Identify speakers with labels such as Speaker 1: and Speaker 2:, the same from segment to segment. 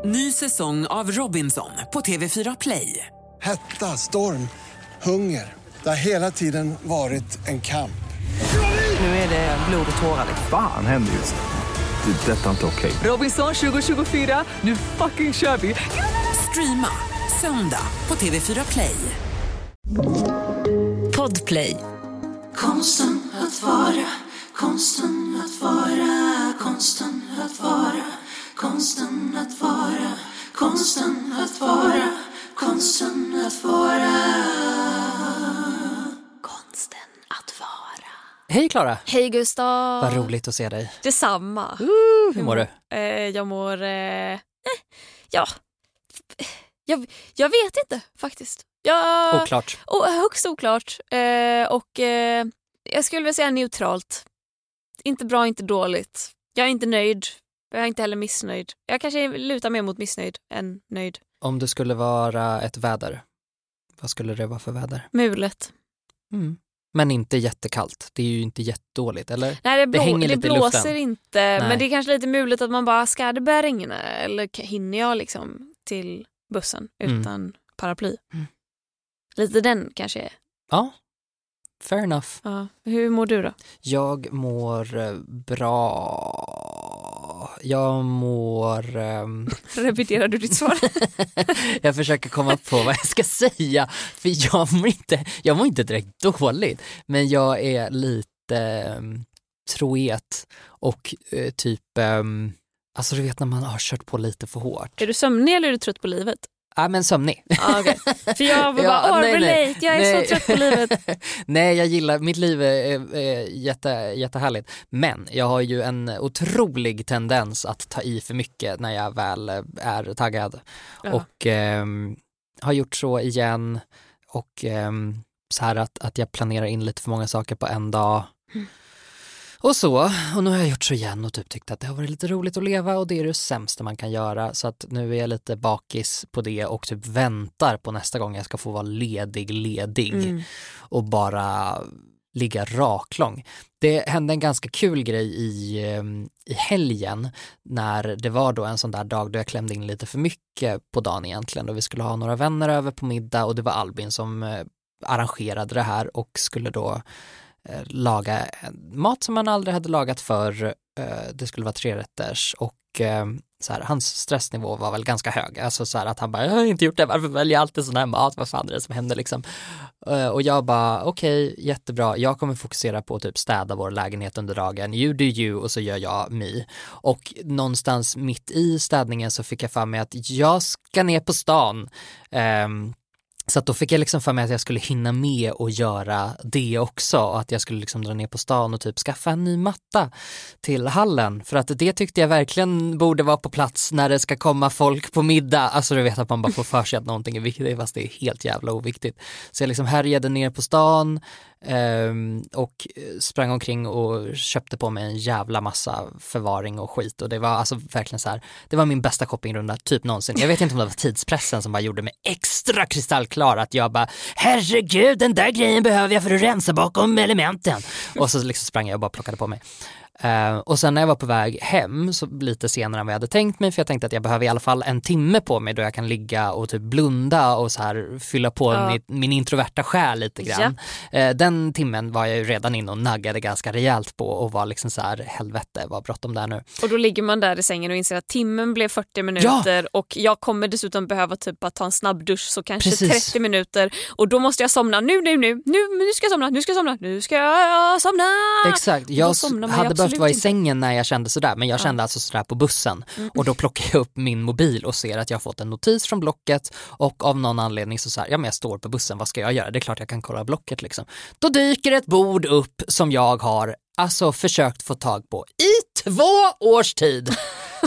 Speaker 1: Ny säsong av Robinson på TV4 Play.
Speaker 2: Hetta, storm, hunger. Det har hela tiden varit en kamp.
Speaker 1: Nu är det blod och tårar.
Speaker 3: Fan händer just nu. Det. Detta är inte okej.
Speaker 1: Robinson 2024, nu fucking kör vi. Streama söndag på TV4 Play. Podplay.
Speaker 4: Konsten att vara, konsten att vara, konsten att vara, konsten att vara, konsten att vara, konsten att vara, konsten att vara.
Speaker 5: Hej Klara.
Speaker 6: Hej Gustav.
Speaker 5: Vad roligt att se dig.
Speaker 6: Detsamma.
Speaker 5: Hur mår du?
Speaker 6: Jag mår... ja. Jag vet inte faktiskt.
Speaker 5: Oklart.
Speaker 6: Högst oklart. Jag skulle vilja säga neutralt. Inte bra, inte dåligt. Jag är inte nöjd. Jag är inte heller missnöjd. Jag kanske lutar mer mot missnöjd än nöjd.
Speaker 5: Om det skulle vara ett väder, vad skulle det vara för väder?
Speaker 6: Mulet.
Speaker 5: Mm. Men inte jättekallt. Det är ju inte jättedåligt, eller?
Speaker 6: Nej,
Speaker 5: det hänger lite
Speaker 6: blåser
Speaker 5: i luften.
Speaker 6: Inte.
Speaker 5: Nej.
Speaker 6: Men det är kanske lite muligt att man bara, ska det börja regna? Eller hinner jag liksom till bussen utan paraply? Mm. Lite den kanske är.
Speaker 5: Ja, fair enough.
Speaker 6: Ja. Hur mår du då?
Speaker 5: Jag mår bra. Jag mår...
Speaker 6: Reviderar du ditt svar?
Speaker 5: Jag försöker komma på vad jag ska säga. För jag mår inte direkt dåligt. Men jag är lite troet. Och typ... alltså du vet när man har kört på lite för hårt.
Speaker 6: Är du sömnig eller är du trött på livet?
Speaker 5: Ja, men sömnig.
Speaker 6: Okay. För jag var bara, relate, jag är så trött på livet.
Speaker 5: Nej, jag gillar, mitt liv är jättehärligt. Men jag har ju en otrolig tendens att ta i för mycket när jag väl är taggad. Ja. Och har gjort så igen. Och så här att jag planerar in lite för många saker på en dag. Mm. Och nu har jag gjort så igen och typ tyckt att det har varit lite roligt att leva och det är det sämsta man kan göra. Så att nu är jag lite bakis på det och typ väntar på nästa gång jag ska få vara ledig och bara ligga raklång. Det hände en ganska kul grej i helgen när det var då en sån där dag då jag klämde in lite för mycket på dagen egentligen. Då vi skulle ha några vänner över på middag och det var Albin som arrangerade det här och skulle då laga mat som man aldrig hade lagat för. Det skulle vara 3-rätters och så här, hans stressnivå var väl ganska hög. Alltså så här att han bara, jag har inte gjort det, varför väljer jag alltid sån här mat? Vad fan är det som händer liksom? Och jag bara, okej, jättebra. Jag kommer fokusera på typ städa vår lägenhet under dagen. You do you och så gör jag me. Och någonstans mitt i städningen så fick jag för mig att jag ska ner på stan. Så att då fick jag liksom för mig att jag skulle hinna med och göra det också. Och att jag skulle liksom dra ner på stan och typ skaffa en ny matta till hallen. För att det tyckte jag verkligen borde vara på plats när det ska komma folk på middag. Alltså du vet att man bara får för sig att någonting är viktigt fast det är helt jävla oviktigt. Så jag liksom härjade ner på stan och sprang omkring och köpte på mig en jävla massa förvaring och skit. Och det var alltså verkligen så här, det var min bästa shoppingrunda typ någonsin. Jag vet inte om det var tidspressen som bara gjorde mig extra kristallklar att jag bara, herregud, den där grejen behöver jag för att rensa bakom elementen. Och så liksom sprang jag och bara plockade på mig. Och sen när jag var på väg hem så lite senare än vad jag hade tänkt mig, för jag tänkte att jag behöver i alla fall en timme på mig då jag kan ligga och typ blunda och så här fylla på min introverta själ lite grann. Den timmen var jag ju redan in och naggade ganska rejält på och var liksom så här, helvete, vad bråttom där nu. Och
Speaker 6: då ligger man där i sängen och inser att timmen blev 40 minuter och jag kommer dessutom behöva typ att ta en snabb dusch så kanske 30 minuter och då måste jag somna. Nu ska jag somna.
Speaker 5: Exakt, jag hade behövt vara i sängen när jag kände sådär, men jag kände alltså sådär på bussen och då plockar jag upp min mobil och ser att jag har fått en notis från Blocket och av någon anledning så här, ja men jag står på bussen, vad ska jag göra? Det är klart jag kan kolla Blocket liksom. Då dyker ett bord upp som jag har alltså försökt få tag på i 2 års tid.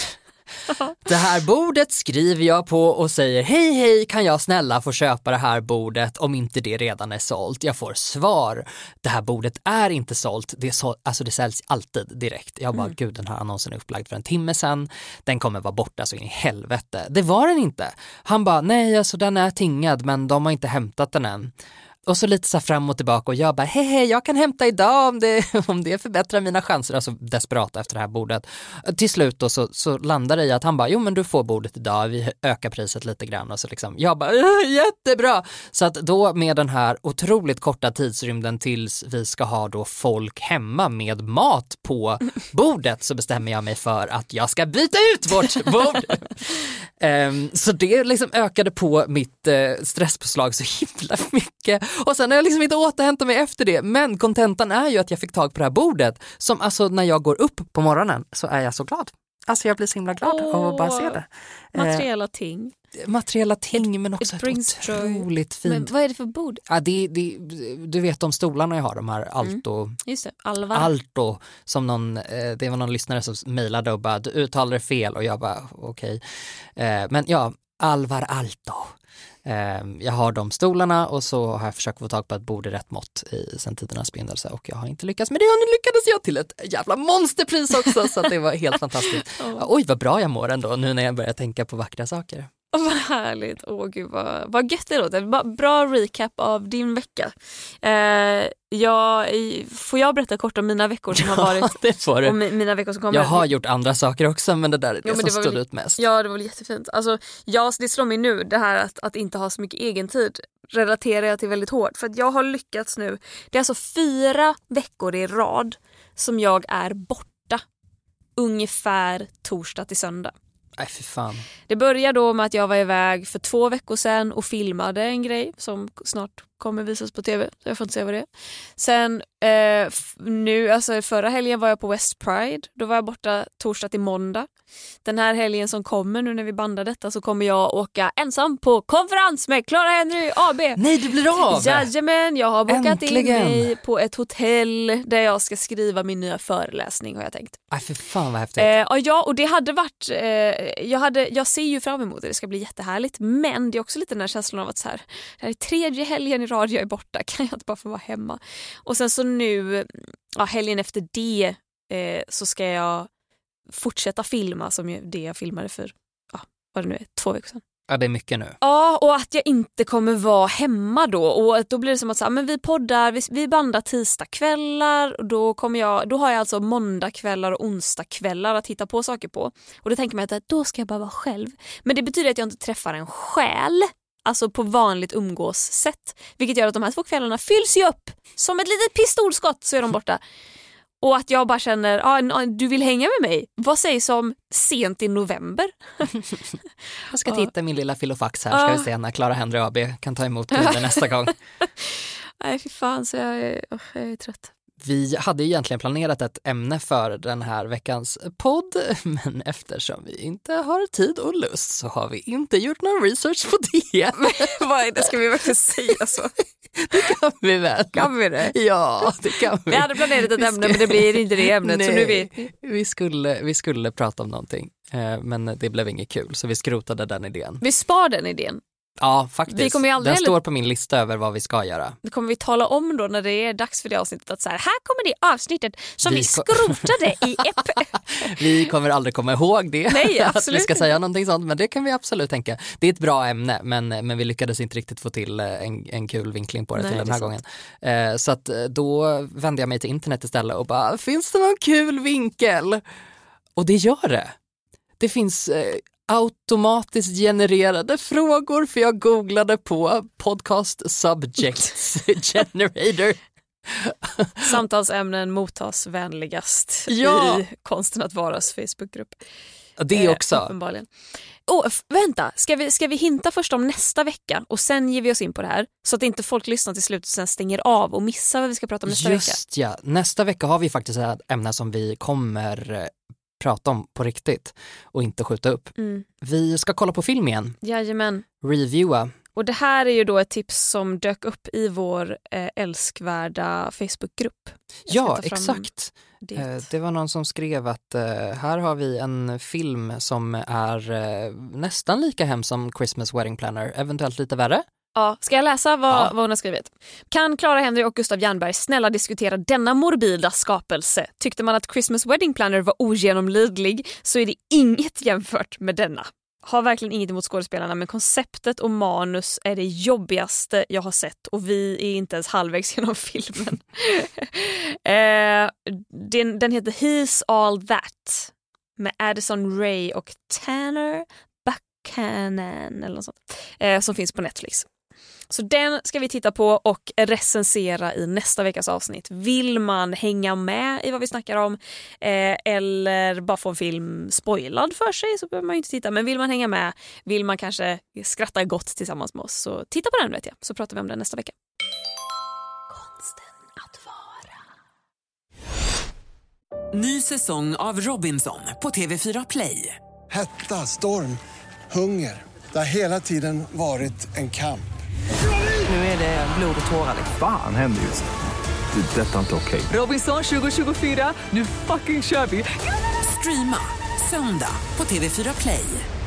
Speaker 5: Det här bordet skriver jag på och säger hej, kan jag snälla få köpa det här bordet om inte det redan är sålt? Jag får svar. Det här bordet är inte sålt. Alltså det säljs alltid direkt. Jag bara, gud, den här annonsen är upplagd för en timme sedan. Den kommer vara borta så in i helvete. Det var den inte. Han bara, nej, alltså den är tingad men de har inte hämtat den än. Och så lite så fram och tillbaka och jag bara, hej, jag kan hämta idag om det förbättrar mina chanser. Alltså desperat efter det här bordet. Till slut då så landar det i att han bara, jo men du får bordet idag, vi ökar priset lite grann. Och så liksom, jag bara, jättebra! Så att då med den här otroligt korta tidsrymden tills vi ska ha då folk hemma med mat på bordet så bestämmer jag mig för att jag ska byta ut vårt bord. Så det liksom ökade på mitt stresspåslag så himla mycket. Och sen har jag liksom inte återhämtat mig efter det. Men kontentan är ju att jag fick tag på det här bordet. Som alltså när jag går upp på morgonen så är jag så glad. Alltså jag blir så himla glad av att bara se det.
Speaker 6: Materiella ting.
Speaker 5: Materiella ting men också ett otroligt fint.
Speaker 6: Men vad är det för bord?
Speaker 5: Ja, du vet de stolarna jag har, de här Alto.
Speaker 6: Just det,
Speaker 5: Alto som det var någon lyssnare som mejlade och bara, du uttalar det fel och jag bara okej. Men ja, Alvar Alto. Jag har de stolarna och så har jag försökt få tag på ett bord i rätt mått sen tidernas begynnelse och jag har inte lyckats med det och nu lyckades jag till ett jävla monsterpris också så att det var helt fantastiskt. Oj vad bra jag mår ändå nu när jag börjar tänka på vackra saker.
Speaker 6: Vad härligt, gud vad gött det låter. Bra recap av din vecka. Får jag berätta kort om mina veckor som har varit?
Speaker 5: Det får du.
Speaker 6: Och mina veckor som kommer.
Speaker 5: Jag har gjort andra saker också men det där är det som stod ut mest.
Speaker 6: Ja, det var väl jättefint. Alltså, det slår mig nu, det här att inte ha så mycket egen tid relaterar jag till väldigt hårt. För att jag har lyckats nu. Det är alltså 4 veckor i rad som jag är borta. Ungefär torsdag till söndag.
Speaker 5: Nej, för fan.
Speaker 6: Det börjar då med att jag var iväg för 2 veckor sedan och filmade en grej som snart kommer visas på tv. Så jag får inte se vad det är. Sen nu, alltså förra helgen var jag på West Pride. Då var jag borta torsdag till måndag. Den här helgen som kommer nu när vi bandar detta så kommer jag åka ensam på konferens med Clara Henry AB.
Speaker 5: Nej, det blir av!
Speaker 6: Jajamän, jag har bokat
Speaker 5: Äntligen.
Speaker 6: in mig på ett hotell där jag ska skriva min nya föreläsning har jag tänkt.
Speaker 5: Nej, för fan vad häftigt.
Speaker 6: Ja, och det hade varit jag ser ju fram emot det ska bli jättehärligt, men det är också lite den här känslan av att så här, det här är 3:e helgen i rad jag är borta, kan jag inte bara få vara hemma? Och sen så nu, helgen efter det så ska jag fortsätta filma som det jag filmade för, vad det nu är, 2 veckor sedan.
Speaker 5: Ja, det är mycket nu.
Speaker 6: Ja, och att jag inte kommer vara hemma då. Och då blir det som att så här, men vi poddar, vi bandar tisdagskvällar. Och då har jag alltså måndagkvällar och onsdagskvällar att hitta på saker på. Och då tänker man att då ska jag bara vara själv. Men det betyder att jag inte träffar en själ. Alltså på vanligt umgåssätt. Vilket gör att de här 2 kvällarna fylls ju upp. Som ett litet pistolskott så är de borta. Och att jag bara känner, du vill hänga med mig? Vad sägs om sent i november?
Speaker 5: Jag ska titta min lilla filofax här, ska vi se när Clara Henry AB kan ta emot kunden nästa gång.
Speaker 6: Nej, fy fan, så jag är trött.
Speaker 5: Vi hade egentligen planerat ett ämne för den här veckans podd, men eftersom vi inte har tid och lust så har vi inte gjort någon research på det.
Speaker 6: Vad är det? Ska vi verkligen säga så?
Speaker 5: Det kan vi väl.
Speaker 6: Kan vi det?
Speaker 5: Ja, det kan vi.
Speaker 6: Vi hade planerat ett ämne men det blir inte det ämnet.
Speaker 5: Nej,
Speaker 6: så nu
Speaker 5: vi skulle prata om någonting, men det blev inget kul så vi skrotade den idén.
Speaker 6: Vi spar den idén.
Speaker 5: Ja, faktiskt.
Speaker 6: Vi kommer
Speaker 5: den står på min lista över vad vi ska göra.
Speaker 6: Det kommer vi tala om då när det är dags för det avsnittet. Att så här kommer det avsnittet som vi skrotade i EP.
Speaker 5: Vi kommer aldrig komma ihåg det.
Speaker 6: Nej, absolut.
Speaker 5: Att vi ska säga någonting sånt, men det kan vi absolut tänka. Det är ett bra ämne, men vi lyckades inte riktigt få till en kul vinkling på det. Nej, till den här gången. Så att då vände jag mig till internet istället och bara, finns det någon kul vinkel? Och det gör det. Det finns automatiskt genererade frågor för jag googlade på podcast subjects generator.
Speaker 6: Samtalsämnen mottas vänligast i Konsten att varas Facebookgrupp.
Speaker 5: Det också.
Speaker 6: Uppenbarligen. Vänta, ska vi hinta först om nästa vecka och sen ger vi oss in på det här så att inte folk lyssnar till slut och sen stänger av och missar vad vi ska prata om nästa vecka.
Speaker 5: Just ja, nästa vecka har vi faktiskt ett ämne som vi kommer prata om på riktigt och inte skjuta upp. Vi ska kolla på film igen.
Speaker 6: Jajamän.
Speaker 5: Reviewa.
Speaker 6: Och det här är ju då ett tips som dök upp i vår älskvärda Facebookgrupp.
Speaker 5: Ja, exakt. Det var någon som skrev att här har vi en film som är nästan lika hemskt som Christmas Wedding Planner, eventuellt lite värre.
Speaker 6: Ja, ska jag läsa vad hon har skrivit? Kan Clara Henry och Gustav Jernberg snälla diskutera denna morbida skapelse? Tyckte man att Christmas Wedding Planner var ogenomlidlig så är det inget jämfört med denna. har verkligen inget emot skådespelarna, men konceptet och manus är det jobbigaste jag har sett och vi är inte ens halvvägs genom filmen. Den heter He's All That med Addison Rae och Tanner Buchanan eller något sånt, som finns på Netflix. Så den ska vi titta på och recensera i nästa veckas avsnitt. Vill man hänga med i vad vi snackar om eller bara få en film spoilad för sig så behöver man ju inte titta. Men vill man hänga med, vill man kanske skratta gott tillsammans med oss, så titta på den, vet jag. Så pratar vi om den nästa vecka.
Speaker 4: Konsten att vara.
Speaker 1: Ny säsong av Robinson på TV4 Play.
Speaker 2: Hetta, storm, hunger. Det har hela tiden varit en kamp.
Speaker 1: Nu är det blod och tårar.
Speaker 3: Fan händer just det. Detta är inte okej.
Speaker 1: Robinson 2024, nu fucking kör vi. Streama söndag på TV4 Play.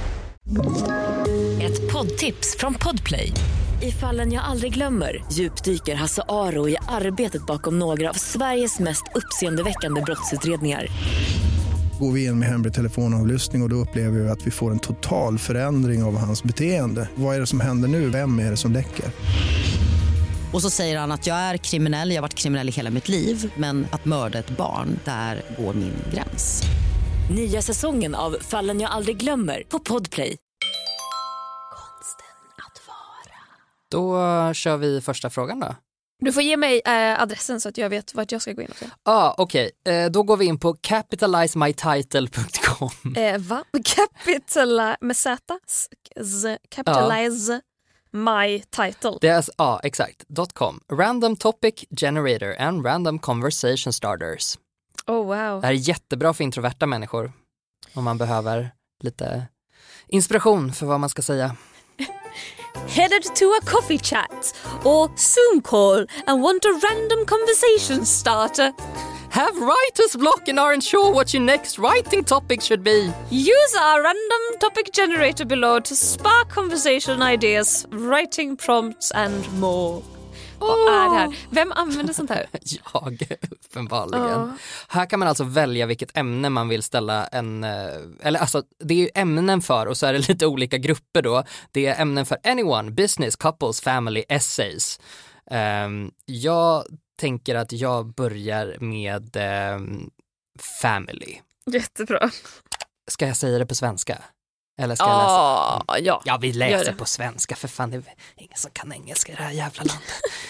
Speaker 7: Ett poddtips från Podplay. I Fallen jag aldrig glömmer djupdyker Hasse Aro i arbetet bakom några av Sveriges mest uppseendeväckande brottsutredningar.
Speaker 8: Går vi in med hemlig telefonavlyssning och då upplever vi att vi får en total förändring av hans beteende. Vad är det som händer nu? Vem är det som läcker?
Speaker 9: Och så säger han att jag är kriminell, jag har varit kriminell i hela mitt liv. Men att mörda ett barn, där går min gräns.
Speaker 7: Nya säsongen av Fallen jag aldrig glömmer på Podplay.
Speaker 4: Konsten att vara.
Speaker 5: Då kör vi första frågan då.
Speaker 6: Du får ge mig adressen så att jag vet vart jag ska gå in.
Speaker 5: Okej. Då går vi in på capitalizemytitle.com.
Speaker 6: Va? Med Z? Capitalize my title.
Speaker 5: Det är, exakt. .com. Random topic generator and random conversation starters.
Speaker 6: Oh wow.
Speaker 5: Det här är jättebra för introverta människor. Om man behöver lite inspiration för vad man ska säga.
Speaker 6: Headed to a coffee chat or Zoom call and want a random conversation starter.
Speaker 5: Have writer's block and aren't sure what your next writing topic should be.
Speaker 6: Use our random topic generator below to spark conversation ideas, writing prompts and more. Vad är det här? Vem använder sånt här?
Speaker 5: Jag, uppenbarligen. Här kan man alltså välja vilket ämne man vill ställa eller alltså det är ju ämnen för, och så är det lite olika grupper då. Det är ämnen för anyone, business, couples, family, essays. Jag tänker att jag börjar med family.
Speaker 6: Jättebra.
Speaker 5: Ska jag säga det på svenska? Eller ska jag läsa? Ja, vi läser på svenska, för fan, det är ingen som kan engelska i det här jävla landet.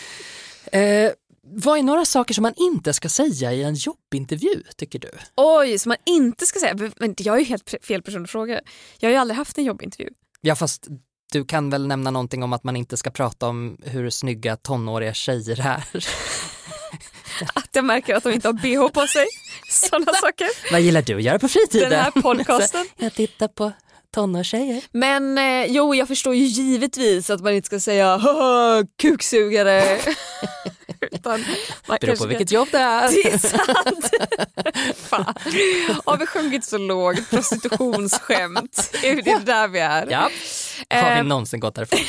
Speaker 5: Vad är några saker som man inte ska säga i en jobbintervju, tycker du?
Speaker 6: Oj, som man inte ska säga? Men jag är ju helt fel person att fråga. Jag har ju aldrig haft en jobbintervju.
Speaker 5: Ja, fast du kan väl nämna någonting om att man inte ska prata om hur snygga tonåriga tjejer är.
Speaker 6: Att jag märker att de inte har BH på sig. Sådana saker.
Speaker 5: Vad gillar du att göra på fritiden?
Speaker 6: Den här podcasten.
Speaker 5: Jag tittar på tonårstjejer.
Speaker 6: Men jag förstår ju givetvis att man inte ska säga kuksugare. Utan
Speaker 5: beror på vilket jobb det är.
Speaker 6: Det är sant. Fan. Har vi sjungit så lågt prostitutionsskämt? Är det där vi är?
Speaker 5: Ja. Har vi någonsin gått därifrån?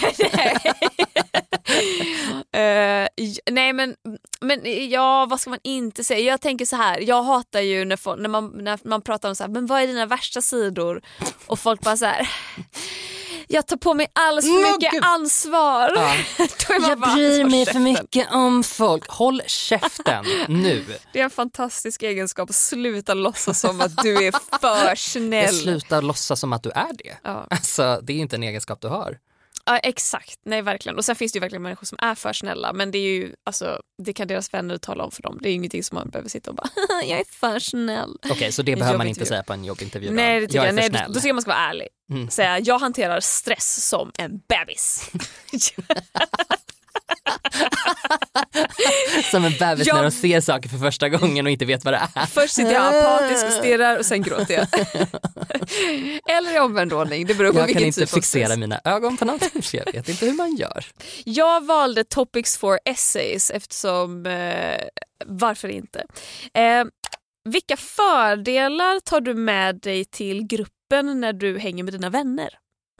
Speaker 6: Nej men ja, vad ska man inte säga? Jag tänker så här, jag hatar ju när man pratar om så här, men vad är dina värsta sidor? Och folk bara så här, jag tar på mig alldeles för mycket ansvar.
Speaker 5: Ja. Jag bryr mig för mycket om folk. Håll käften nu.
Speaker 6: Det är en fantastisk egenskap att sluta låtsas som att du är för snäll.
Speaker 5: Jag slutar låtsas som att du är det.
Speaker 6: Ja.
Speaker 5: Alltså, det är inte en egenskap du har.
Speaker 6: Ja, exakt. Nej, verkligen. Och sen finns det ju verkligen människor som är för snälla, men det är ju, alltså, det kan deras vänner tala om för dem. Det är ju ingenting som man behöver sitta och bara, jag är för snäll.
Speaker 5: Okej, så det behöver man inte säga på en jobbintervju.
Speaker 6: Nej, det tycker jag. Nej,
Speaker 5: då
Speaker 6: tycker jag man ska vara ärlig. Säga, jag hanterar stress som en bebis.
Speaker 5: Som en bebis när de ser saker för första gången och inte vet vad det är.
Speaker 6: Först sitter jag apatisk och stirrar och sen gråter jag. Eller i omvänd ordning, det beror på vilken typ.
Speaker 5: Jag kan inte fixera mina ögon på något, så jag vet inte hur man gör.
Speaker 6: Jag valde topics for essays eftersom, varför inte? Vilka fördelar tar du med dig till gruppen när du hänger med dina vänner?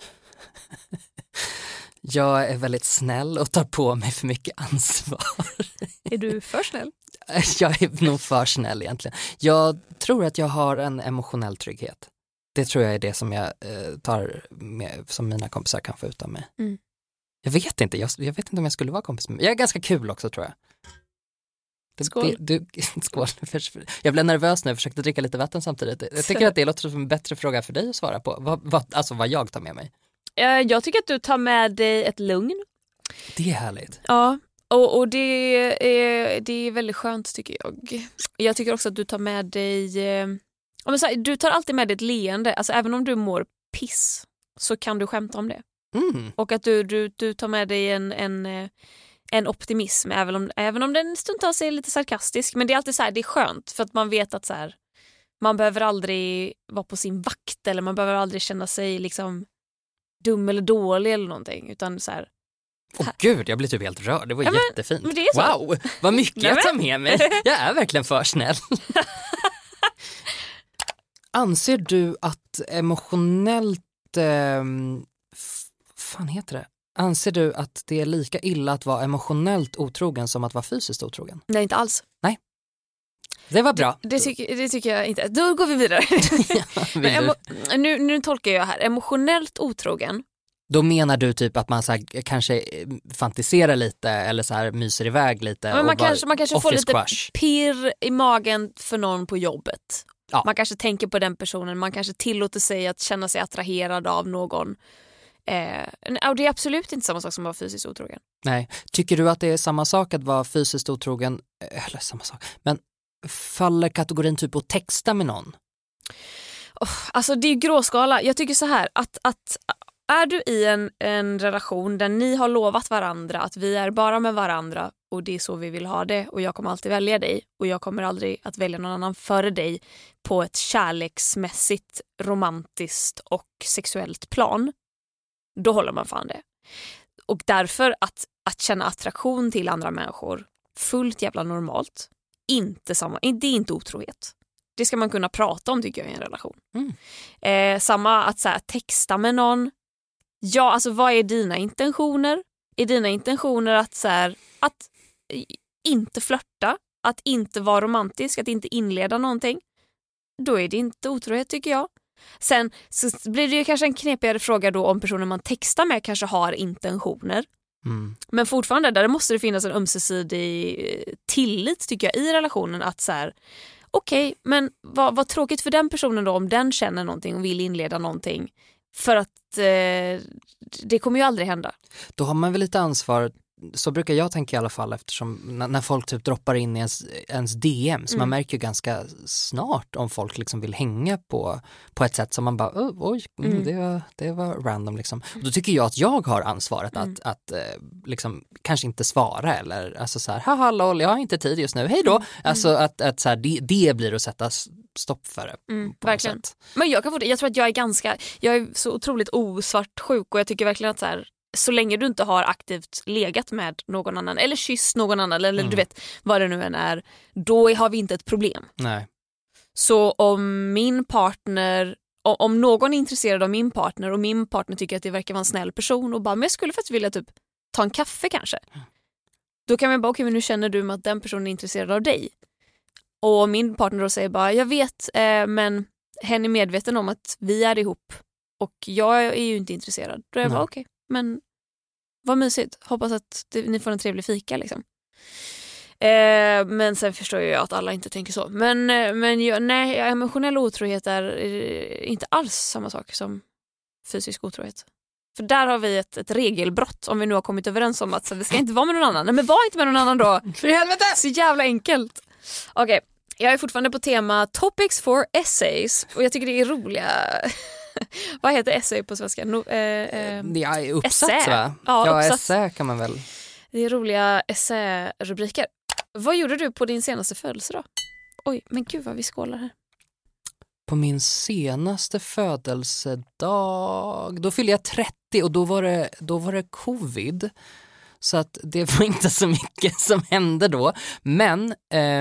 Speaker 5: Jag är väldigt snäll och tar på mig för mycket ansvar.
Speaker 6: Är du för snäll?
Speaker 5: Jag är nog för snäll egentligen. Jag tror att jag har en emotionell trygghet. Det tror jag är det som jag tar med, som mina kompisar kan få ut av mig.
Speaker 6: Mm.
Speaker 5: Jag vet inte om jag skulle vara kompis med mig. Jag är ganska kul också, tror jag.
Speaker 6: Skål.
Speaker 5: Skål. Jag blev nervös när jag försökte dricka lite vatten samtidigt. Jag tycker att det låter som en bättre fråga för dig att svara på. Vad jag tar med mig.
Speaker 6: Jag tycker att du tar med dig ett lugn.
Speaker 5: Det är härligt.
Speaker 6: Ja, och det är väldigt skönt tycker jag. Jag tycker också att du tar med dig... du tar alltid med dig ett leende. Alltså även om du mår piss så kan du skämta om det.
Speaker 5: Mm.
Speaker 6: Och att du tar med dig en optimism även om den stundtals är lite sarkastisk. Men det är alltid så här, det är skönt för att man vet att så här, man behöver aldrig vara på sin vakt eller man behöver aldrig känna sig liksom dum eller dålig eller någonting. Utan så här...
Speaker 5: Gud, jag blir typ helt rörd. Det var jättefint.
Speaker 6: Men det är så.
Speaker 5: Wow, vad mycket jag tar med mig. Jag är verkligen för snäll. Anser du att emotionellt... fan heter det? Anser du att det är lika illa att vara emotionellt otrogen som att vara fysiskt otrogen?
Speaker 6: Nej, inte alls.
Speaker 5: Nej. Det var bra.
Speaker 6: Det tycker jag inte. Då går vi vidare. Nu tolkar jag här. Emotionellt otrogen.
Speaker 5: Då menar du typ att man så här, kanske fantiserar lite eller så här myser iväg lite.
Speaker 6: Men man kanske får lite
Speaker 5: crush.
Speaker 6: pirr i magen för någon på jobbet.
Speaker 5: Ja.
Speaker 6: Man kanske tänker på den personen. Man kanske tillåter sig att känna sig attraherad av någon. Och det är absolut inte samma sak som att vara fysiskt otrogen.
Speaker 5: Nej. Tycker du att det är samma sak att vara fysiskt otrogen? Eller samma sak. Men faller kategorin typ att texta med någon?
Speaker 6: Alltså det är ju gråskala. Jag tycker så här att är du i en relation där ni har lovat varandra att vi är bara med varandra och det är så vi vill ha det och jag kommer alltid välja dig och jag kommer aldrig att välja någon annan före dig på ett kärleksmässigt, romantiskt och sexuellt plan, då håller man fan det. Och därför att känna attraktion till andra människor fullt jävla normalt, det är inte otrohet. Det ska man kunna prata om tycker jag i en relation. Samma att så här, texta med någon. Ja, alltså vad är dina intentioner? Är dina intentioner att så här, att inte flirta, att inte vara romantisk, att inte inleda någonting? Då är det inte otrohet tycker jag. Sen så blir det ju kanske en knepigare fråga då om personen man textar med kanske har intentioner. Men fortfarande där måste det finnas en ömsesidig tillit tycker jag i relationen att så här, okej, men vad tråkigt för den personen då om den känner någonting och vill inleda någonting. För att det kommer ju aldrig hända.
Speaker 5: Då har man väl lite ansvar, så brukar jag tänka i alla fall, eftersom när folk typ droppar in i ens DM, så man märker ju ganska snart om folk liksom vill hänga på ett sätt som man bara, det var random liksom. Och då tycker jag att jag har ansvaret att liksom kanske inte svara eller alltså så här, haha lol, jag har inte tid just nu, hej då. Alltså att så här, det blir att sätta stopp för det. På
Speaker 6: verkligen.
Speaker 5: något sätt.
Speaker 6: Men jag tror att jag är så otroligt osvartsjuk och jag tycker verkligen att så här, så länge du inte har aktivt legat med någon annan eller kysst någon annan eller du vet vad det nu än är, då har vi inte ett problem.
Speaker 5: Nej.
Speaker 6: Så om min partner, om någon är intresserad av min partner och min partner tycker att det verkar vara en snäll person och bara, men jag skulle faktiskt vilja typ ta en kaffe kanske. Då kan man bara, okej, men nu känner du att den personen är intresserad av dig. Och min partner då säger bara, jag vet, men hen är medveten om att vi är ihop och jag är ju inte intresserad. Då är jag bara, okej. Men vad mysigt. Hoppas att ni får en trevlig fika liksom. Men sen förstår jag att alla inte tänker så. Men emotionell otrohet är inte alls samma sak som fysisk otrohet. För där har vi ett regelbrott om vi nu har kommit överens om att så, vi ska inte vara med någon annan. Nej, men var inte med någon annan då.
Speaker 5: För helvete!
Speaker 6: Så jävla enkelt. Okej, jag är fortfarande på tema Topics for Essays. Och jag tycker det är roliga... Vad heter essay på svenska?
Speaker 5: Uppsats va?
Speaker 6: Ja, uppsats.
Speaker 5: Essä kan man väl.
Speaker 6: Det är roliga essärubriker. Vad gjorde du på din senaste födelsedag? Oj, men gud vad vi skålar här.
Speaker 5: På min senaste födelsedag, då fyllde jag 30 och då var det covid. Så att det var inte så mycket som hände då. Men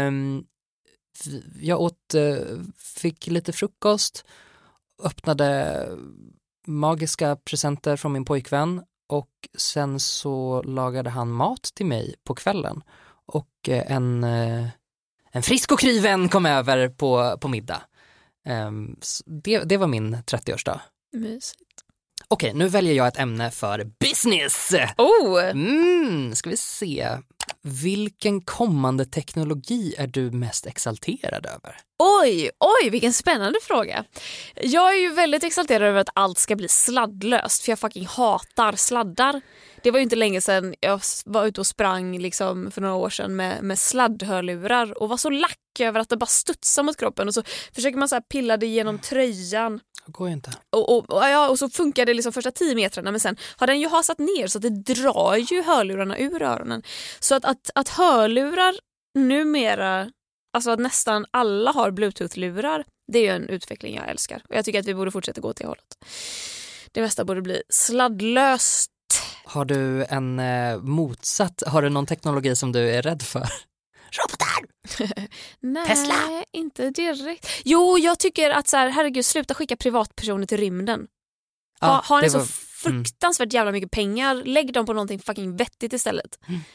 Speaker 5: jag fick lite frukost, öppnade magiska presenter från min pojkvän och sen så lagade han mat till mig på kvällen och en frisk och kry vän kom över på middag. Det var min 30-årsdag.
Speaker 6: Mysigt.
Speaker 5: Okej, nu väljer jag ett ämne för business. Ska vi se. Vilken kommande teknologi är du mest exalterad över?
Speaker 6: Oj, vilken spännande fråga. Jag är ju väldigt exalterad över att allt ska bli sladdlöst, för jag fucking hatar sladdar. Det var ju inte länge sedan jag var ute och sprang liksom för några år sedan med sladdhörlurar och var så lack över att det bara studsar mot kroppen, och så försöker man så här pilla det genom tröjan.
Speaker 5: Det går ju inte.
Speaker 6: Och så funkar det liksom första 10 metrarna, men sen har den ju hasat ner så att det drar ju hörlurarna ur öronen. Så att hörlurar numera, alltså att nästan alla har Bluetooth-lurar, det är ju en utveckling jag älskar. Och jag tycker att vi borde fortsätta gå till hållet. Det mesta borde bli sladdlöst.
Speaker 5: Har du en motsatt, har du någon teknologi som du är rädd för? Robotar!
Speaker 6: Nej,
Speaker 5: Tesla!
Speaker 6: Inte direkt. Jo, jag tycker att så här, herregud, sluta skicka privatpersoner till rymden. Har ni så fruktansvärt jävla mycket pengar, lägg dem på någonting fucking vettigt istället.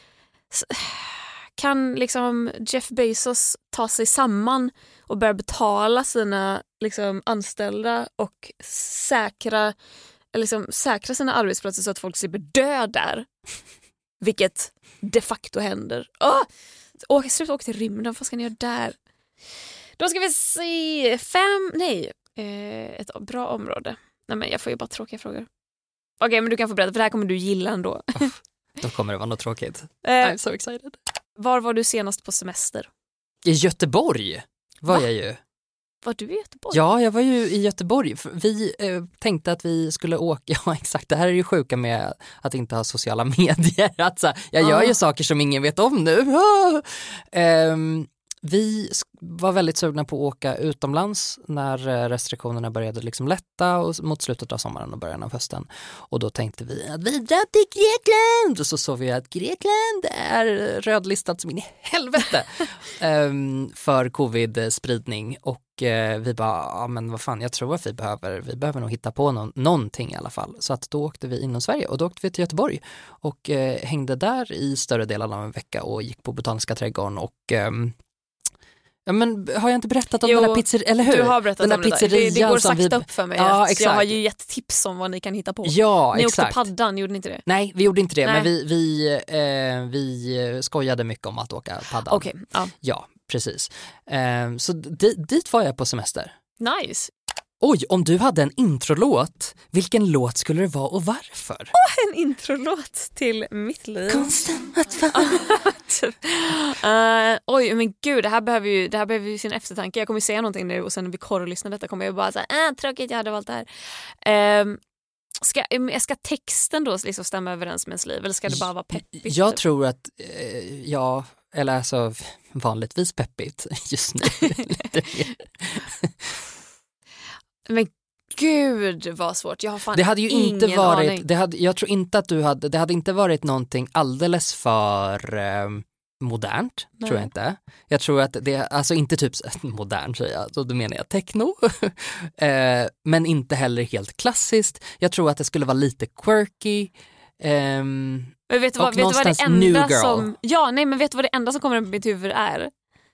Speaker 6: Kan liksom Jeff Bezos ta sig samman och börja betala sina liksom anställda och säkra sina arbetsplatser så att folk slipper dö där. Vilket de facto händer. Sluta åka till rymden, vad ska ni göra där? Då ska vi se ett bra område. Nej, men jag får ju bara tråkiga frågor. Okej, men du kan få berätta, för det här kommer du gilla ändå.
Speaker 5: Då kommer det vara något tråkigt. I'm so excited.
Speaker 6: Var var du senast på semester?
Speaker 5: I Göteborg var jag ju.
Speaker 6: Var du i Göteborg?
Speaker 5: Ja, jag var ju i Göteborg. Vi tänkte att vi skulle åka. Ja, exakt. Det här är ju sjuka med att inte ha sociala medier. Att så här, jag gör ju saker som ingen vet om nu. Vi var väldigt sugna på att åka utomlands när restriktionerna började liksom lätta och mot slutet av sommaren och början av hösten. Och då tänkte vi att vi drar till Grekland. Och så såg vi att Grekland är rödlistat som in i helvete för covid-spridning. Och vi bara, men vad fan, jag tror att vi behöver nog hitta på någonting i alla fall. Så att då åkte vi inom Sverige och då åkte vi till Göteborg och hängde där i större delen av en vecka och gick på Botaniska trädgården och ja, men har jag inte berättat om den här pizzerian, eller hur?
Speaker 6: Du har berättat
Speaker 5: den
Speaker 6: om det går sakta upp för mig.
Speaker 5: Ja, exakt.
Speaker 6: Jag har ju gett tips om vad ni kan hitta på.
Speaker 5: Ja,
Speaker 6: ni
Speaker 5: exakt.
Speaker 6: åkte paddan, gjorde ni inte det?
Speaker 5: Nej, vi gjorde inte det.
Speaker 6: Nej.
Speaker 5: Men vi skojade mycket om att åka paddan.
Speaker 6: Okej, ja.
Speaker 5: Ja, precis. Så dit var jag på semester.
Speaker 6: Nice.
Speaker 5: Oj, om du hade en introlåt, vilken låt skulle det vara och varför?
Speaker 6: En introlåt till mitt liv.
Speaker 5: Konsten att vara.
Speaker 6: Oj, men gud, det här behöver ju sin eftertanke. Jag kommer säga någonting nu och sen när vi korrlyssnar detta kommer jag bara säga, tråkigt, jag hade valt det här. Ska texten då liksom stämma överens med ens liv, eller ska det bara vara peppigt?
Speaker 5: Jag tror att eller alltså vanligtvis peppigt just nu.
Speaker 6: Men gud vad svårt. Jag har fan
Speaker 5: det hade ju inte varit
Speaker 6: aning.
Speaker 5: Jag tror inte att det hade inte varit någonting alldeles för modernt. Nej. Tror jag inte. Jag tror att det, alltså inte typ modern säger jag, så då menar jag techno. Men inte heller helt klassiskt. Jag tror att det skulle vara lite quirky.
Speaker 6: Men vet du vad det enda som vet du vad det enda som kommer upp i mitt huvud är?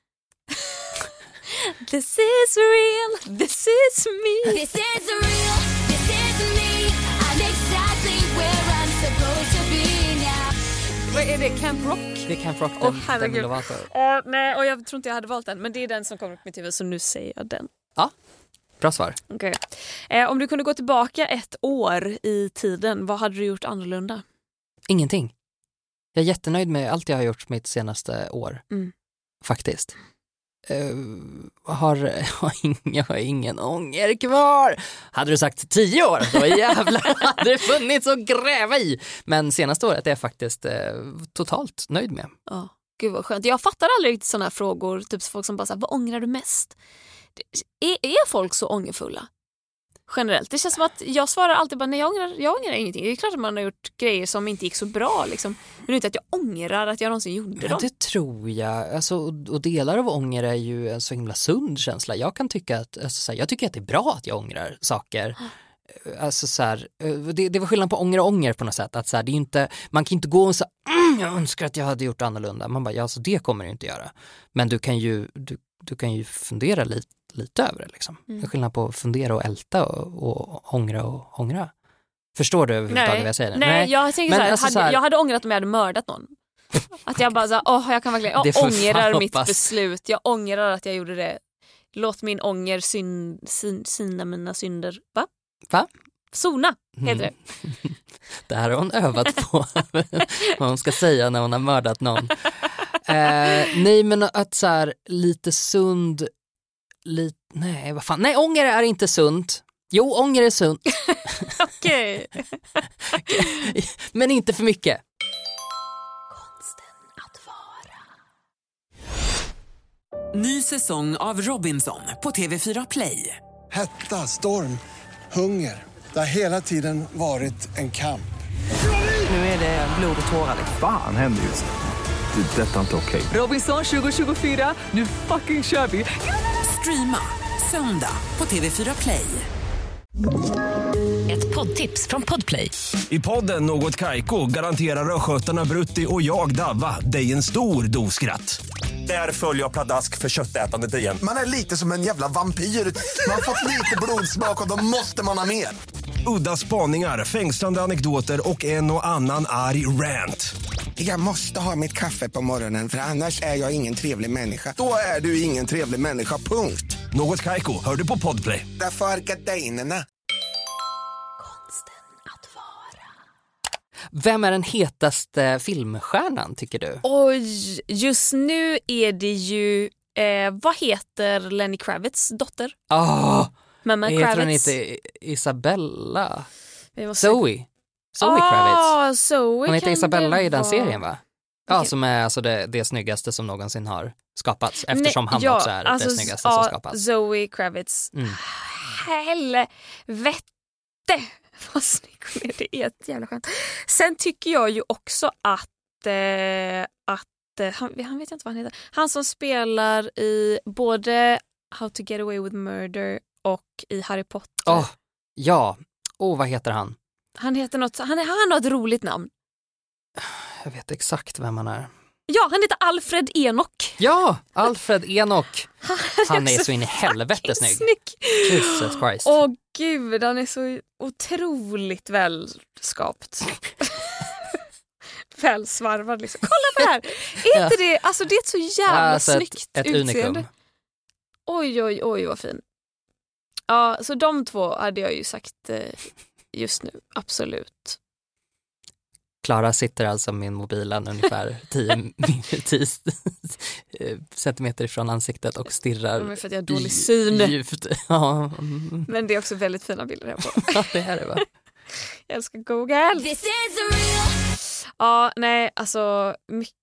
Speaker 6: This is real, this is me.
Speaker 4: This is real, this is me. I'm exactly where I'm supposed to be now.
Speaker 6: Vad är det? Camp Rock?
Speaker 5: Det är Camp Rock, den Lovato.
Speaker 6: Nej, och jag tror inte jag hade valt den, men det är den som kommer upp i mitt huvud, så nu säger jag den.
Speaker 5: Ja, bra svar.
Speaker 6: Okay. Om du kunde gå tillbaka 1 år i tiden, vad hade du gjort annorlunda?
Speaker 5: Ingenting. Jag är jättenöjd med allt jag har gjort mitt senaste år. Faktiskt. Jag har ingen ånger kvar. Hade du sagt 10 år, då jävlar hade det funnits att gräva i. Men senaste året är jag faktiskt totalt nöjd med.
Speaker 6: Ja, gud vad skönt. Jag fattar aldrig riktigt sådana här frågor. Typ folk som bara säger, vad ångrar du mest? Är folk så ångerfulla? Generellt. Det känns som att jag svarar alltid bara, nej, jag ångrar ingenting. Det är klart att man har gjort grejer som inte gick så bra liksom. Men inte att jag ångrar att jag någonsin gjorde dem.
Speaker 5: Det tror jag. Alltså, och delar av ånger är ju en så himla sund känsla. Jag kan tycka att, jag tycker att det är bra att jag ångrar saker. Alltså så här, det var skillnad på ånger på något sätt. Att så här, det är inte, man kan inte gå och säga, jag önskar att jag hade gjort annorlunda. Man bara, ja, så det kommer du inte göra. Men du kan ju fundera lite över det liksom. Det är skillnad på att fundera och älta och ångra. Förstår du överhuvudtaget vad jag säger?
Speaker 6: Nej, jag tänker
Speaker 5: men
Speaker 6: så här, jag hade ångrat om jag hade mördat någon. Att jag bara jag kan verkligen, jag ångrar mitt beslut. Jag ångrar att jag gjorde det. Låt min ånger sina mina synder.
Speaker 5: Va?
Speaker 6: Sona heter det.
Speaker 5: Det här har hon övat på. Vad hon ska säga när hon har mördat någon. Nej, men att så här, lite sund. Nej, vad fan. Nej, ånger är inte sunt. Jo, ånger är sunt.
Speaker 6: Okej.
Speaker 5: Men inte för mycket.
Speaker 1: Ny säsong av Robinson på TV4 Play.
Speaker 2: Hetta, storm, hunger. Det har hela tiden varit en kamp.
Speaker 1: Nu är det blod och tårar.
Speaker 3: Fan händer just det. Det är detta inte okej.
Speaker 1: Robinson 2024, nu fucking kör vi. Streama söndag på TV4 Play.
Speaker 7: Ett poddtips från Podplay.
Speaker 10: I podden Något Kaiko garanterar östgötarna Brutti och jag Davva dig en stor doskratt. Där följer jag pladask för köttätandet igen.
Speaker 11: Man är lite som en jävla vampyr. Man har fått lite blodsmak och då måste man ha mer.
Speaker 10: Udda spaningar, fängslande anekdoter och en och annan arg rant.
Speaker 11: Jag måste ha mitt kaffe på morgonen för annars är jag ingen trevlig människa. Då är du ingen trevlig människa, punkt.
Speaker 10: Något Kaiko, hör du på Podplay.
Speaker 11: Därför är gardinerna.
Speaker 5: Vem är den hetaste filmstjärnan tycker du?
Speaker 6: Oj, just nu är det ju vad heter Lenny Kravitz dotter? Mamma
Speaker 5: heter
Speaker 6: Kravitz.
Speaker 5: hon inte Isabella? Zoe Kravitz.
Speaker 6: Zoe
Speaker 5: hon heter Isabella i den
Speaker 6: vara...
Speaker 5: serien, va? Ja, okay. Som är alltså det snyggaste som någonsin har skapats. Eftersom han också är det snyggaste som skapats.
Speaker 6: Zoe Kravitz. Helvete! Vad snygg hon är, det är ett jävla skönt. Sen tycker jag ju också att han vet jag inte vad han heter. Han som spelar i både How to Get Away with Murder och i Harry Potter.
Speaker 5: Vad heter han?
Speaker 6: Han heter något, han har ett roligt namn.
Speaker 5: Jag vet exakt vem han är.
Speaker 6: Ja, han heter Alfred Enoch.
Speaker 5: Ja, Alfred Enoch. Han är så in i helvete snygg. Jesus Christ.
Speaker 6: Åh gud, han är så otroligt välskapt. Välsvarvad liksom. Kolla på det här. Är inte det, alltså det är ett så jävla snyggt
Speaker 5: ett
Speaker 6: utseende.
Speaker 5: Unikum.
Speaker 6: Oj vad fin. Ja, så de två hade jag ju sagt just nu, absolut.
Speaker 5: Klara sitter alltså med mobilen ungefär 10 centimeter ifrån ansiktet och stirrar.
Speaker 6: Men för att jag har dålig syn.
Speaker 5: Djupt. Ja.
Speaker 6: Men det är också väldigt fina bilder här på.
Speaker 5: Ja, det är det, va?
Speaker 6: Jag älskar Google.
Speaker 4: This is real.
Speaker 6: Ja, nej, alltså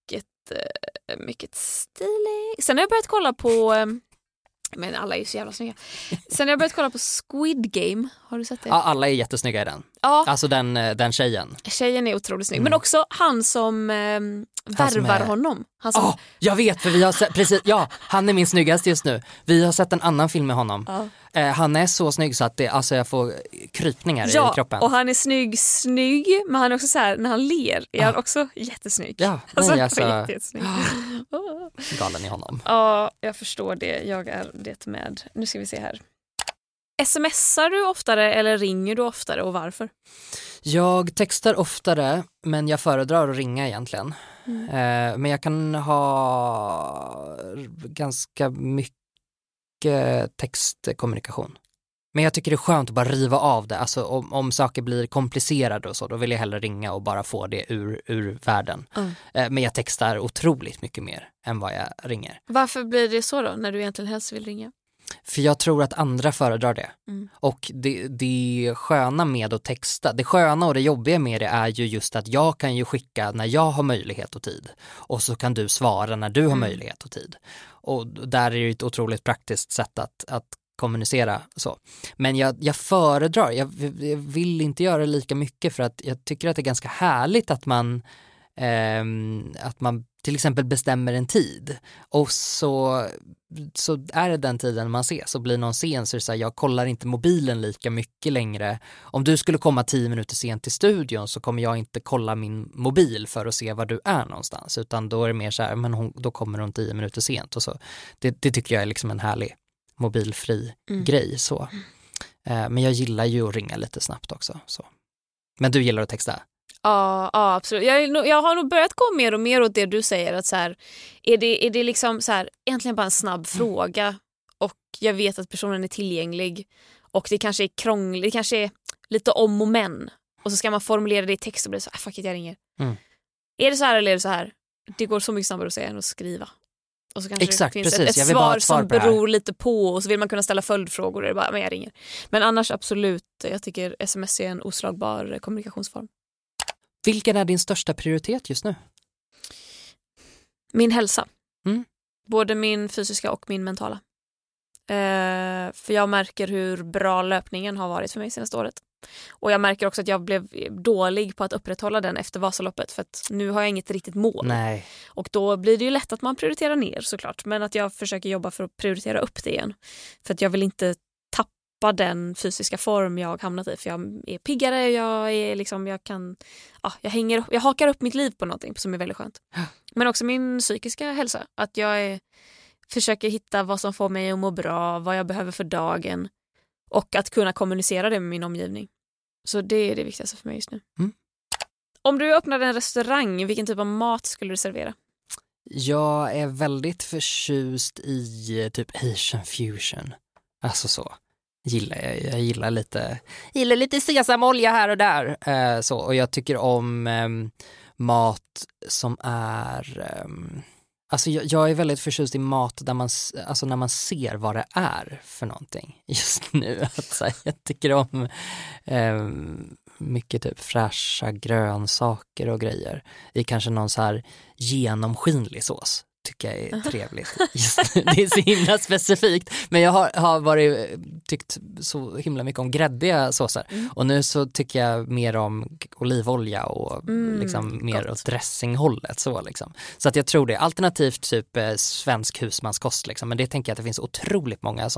Speaker 6: mycket stilig. Sen har jag börjat kolla på men alla är ju så jävla snygga. Sen har jag börjat kolla på Squid Game. Har du sett det?
Speaker 5: Ja, alla är jättesnygga i den.
Speaker 6: Ja.
Speaker 5: Alltså den tjejen.
Speaker 6: Tjejen är otroligt snygg. Men också han som värvar honom.
Speaker 5: Jag vet, för vi har sett, precis, han är min snyggaste just nu. Vi har sett en annan film med honom. Han är så snygg så att jag får krypningar i kroppen.
Speaker 6: Och han är snygg, men han är också så här, när han ler är han också jättesnygg.
Speaker 5: Ja,
Speaker 6: jättesnygg.
Speaker 5: Galen i honom.
Speaker 6: Ja, jag förstår det. Jag är det med. Nu ska vi se här. SMSar du oftare eller ringer du oftare och varför?
Speaker 5: Jag textar oftare, men jag föredrar att ringa egentligen. Men jag kan ha ganska mycket textkommunikation. Men jag tycker det är skönt att bara riva av det. Alltså om saker blir komplicerade och så, då vill jag hellre ringa och bara få det ur världen. Men jag textar otroligt mycket mer än vad jag ringer.
Speaker 6: Varför blir det så då, när du egentligen helst vill ringa?
Speaker 5: För jag tror att andra föredrar det. Och det sköna med att texta, det sköna och det jobbiga med det är ju just att jag kan ju skicka när jag har möjlighet och tid. Och så kan du svara när du har möjlighet och tid. Och där är det ett otroligt praktiskt sätt att kommunicera så. Men jag föredrar, jag vill inte göra lika mycket för att jag tycker att det är ganska härligt att man till exempel bestämmer en tid och så är det den tiden man ses och blir någon sen så är det så här, jag kollar inte mobilen lika mycket längre. Om du skulle komma 10 minuter sent till studion så kommer jag inte kolla min mobil för att se var du är någonstans, utan då är det mer så här, men då kommer hon 10 minuter sent och så. Det tycker jag är liksom en härlig mobilfri grej så. Men jag gillar ju att ringa lite snabbt också. Så. Men du gillar att texta?
Speaker 6: Ja, absolut. Jag har nog börjat gå mer och mer åt det du säger. Att så här, är det liksom så här, egentligen bara en snabb fråga och jag vet att personen är tillgänglig och det kanske är krångligt, det kanske är lite om och men. Och så ska man formulera det i text och bli så fuck it, jag ringer. Är det så här eller är det så här? Det går så mycket snabbare att säga än att skriva. Och så kanske
Speaker 5: exakt,
Speaker 6: det finns
Speaker 5: precis.
Speaker 6: ett svar som beror lite på och så vill man kunna ställa följdfrågor och det är bara, men jag ringer. Men annars absolut, jag tycker sms är en oslagbar kommunikationsform.
Speaker 5: Vilken är din största prioritet just nu?
Speaker 6: Min hälsa. Både min fysiska och min mentala. För jag märker hur bra löpningen har varit för mig senaste året. Och jag märker också att jag blev dålig på att upprätthålla den efter Vasaloppet. För att nu har jag inget riktigt mål.
Speaker 5: Nej.
Speaker 6: Och då blir det ju lätt att man prioriterar ner såklart. Men att jag försöker jobba för att prioritera upp det igen. För att jag vill inte tappa den fysiska form jag hamnat i. För jag är piggare, jag är liksom, jag hakar upp mitt liv på någonting som är väldigt skönt. Men också min psykiska hälsa. Att jag försöker hitta vad som får mig att må bra, vad jag behöver för dagen. Och att kunna kommunicera det med min omgivning. Så det är det viktigaste för mig just nu. Om du öppnade en restaurang, vilken typ av mat skulle du servera?
Speaker 5: Jag är väldigt förtjust i typ Asian fusion. Alltså så. Jag gillar lite sesamolja här och där. Så. Och jag tycker om mat som är... Alltså jag är väldigt förtjust i mat där när man ser vad det är för någonting just nu. Alltså, jag tycker om mycket typ fräscha grönsaker och grejer i kanske någon så här genomskinlig sås. Tycker jag är trevligt. Just nu. Det är så himla specifikt. Men jag har tyckt så himla mycket om gräddiga såser. Och nu så tycker jag mer om olivolja och liksom mer åt dressinghållet. Så att jag tror det. Alternativt typ svensk husmanskost. Liksom. Men det tänker jag att det finns otroligt många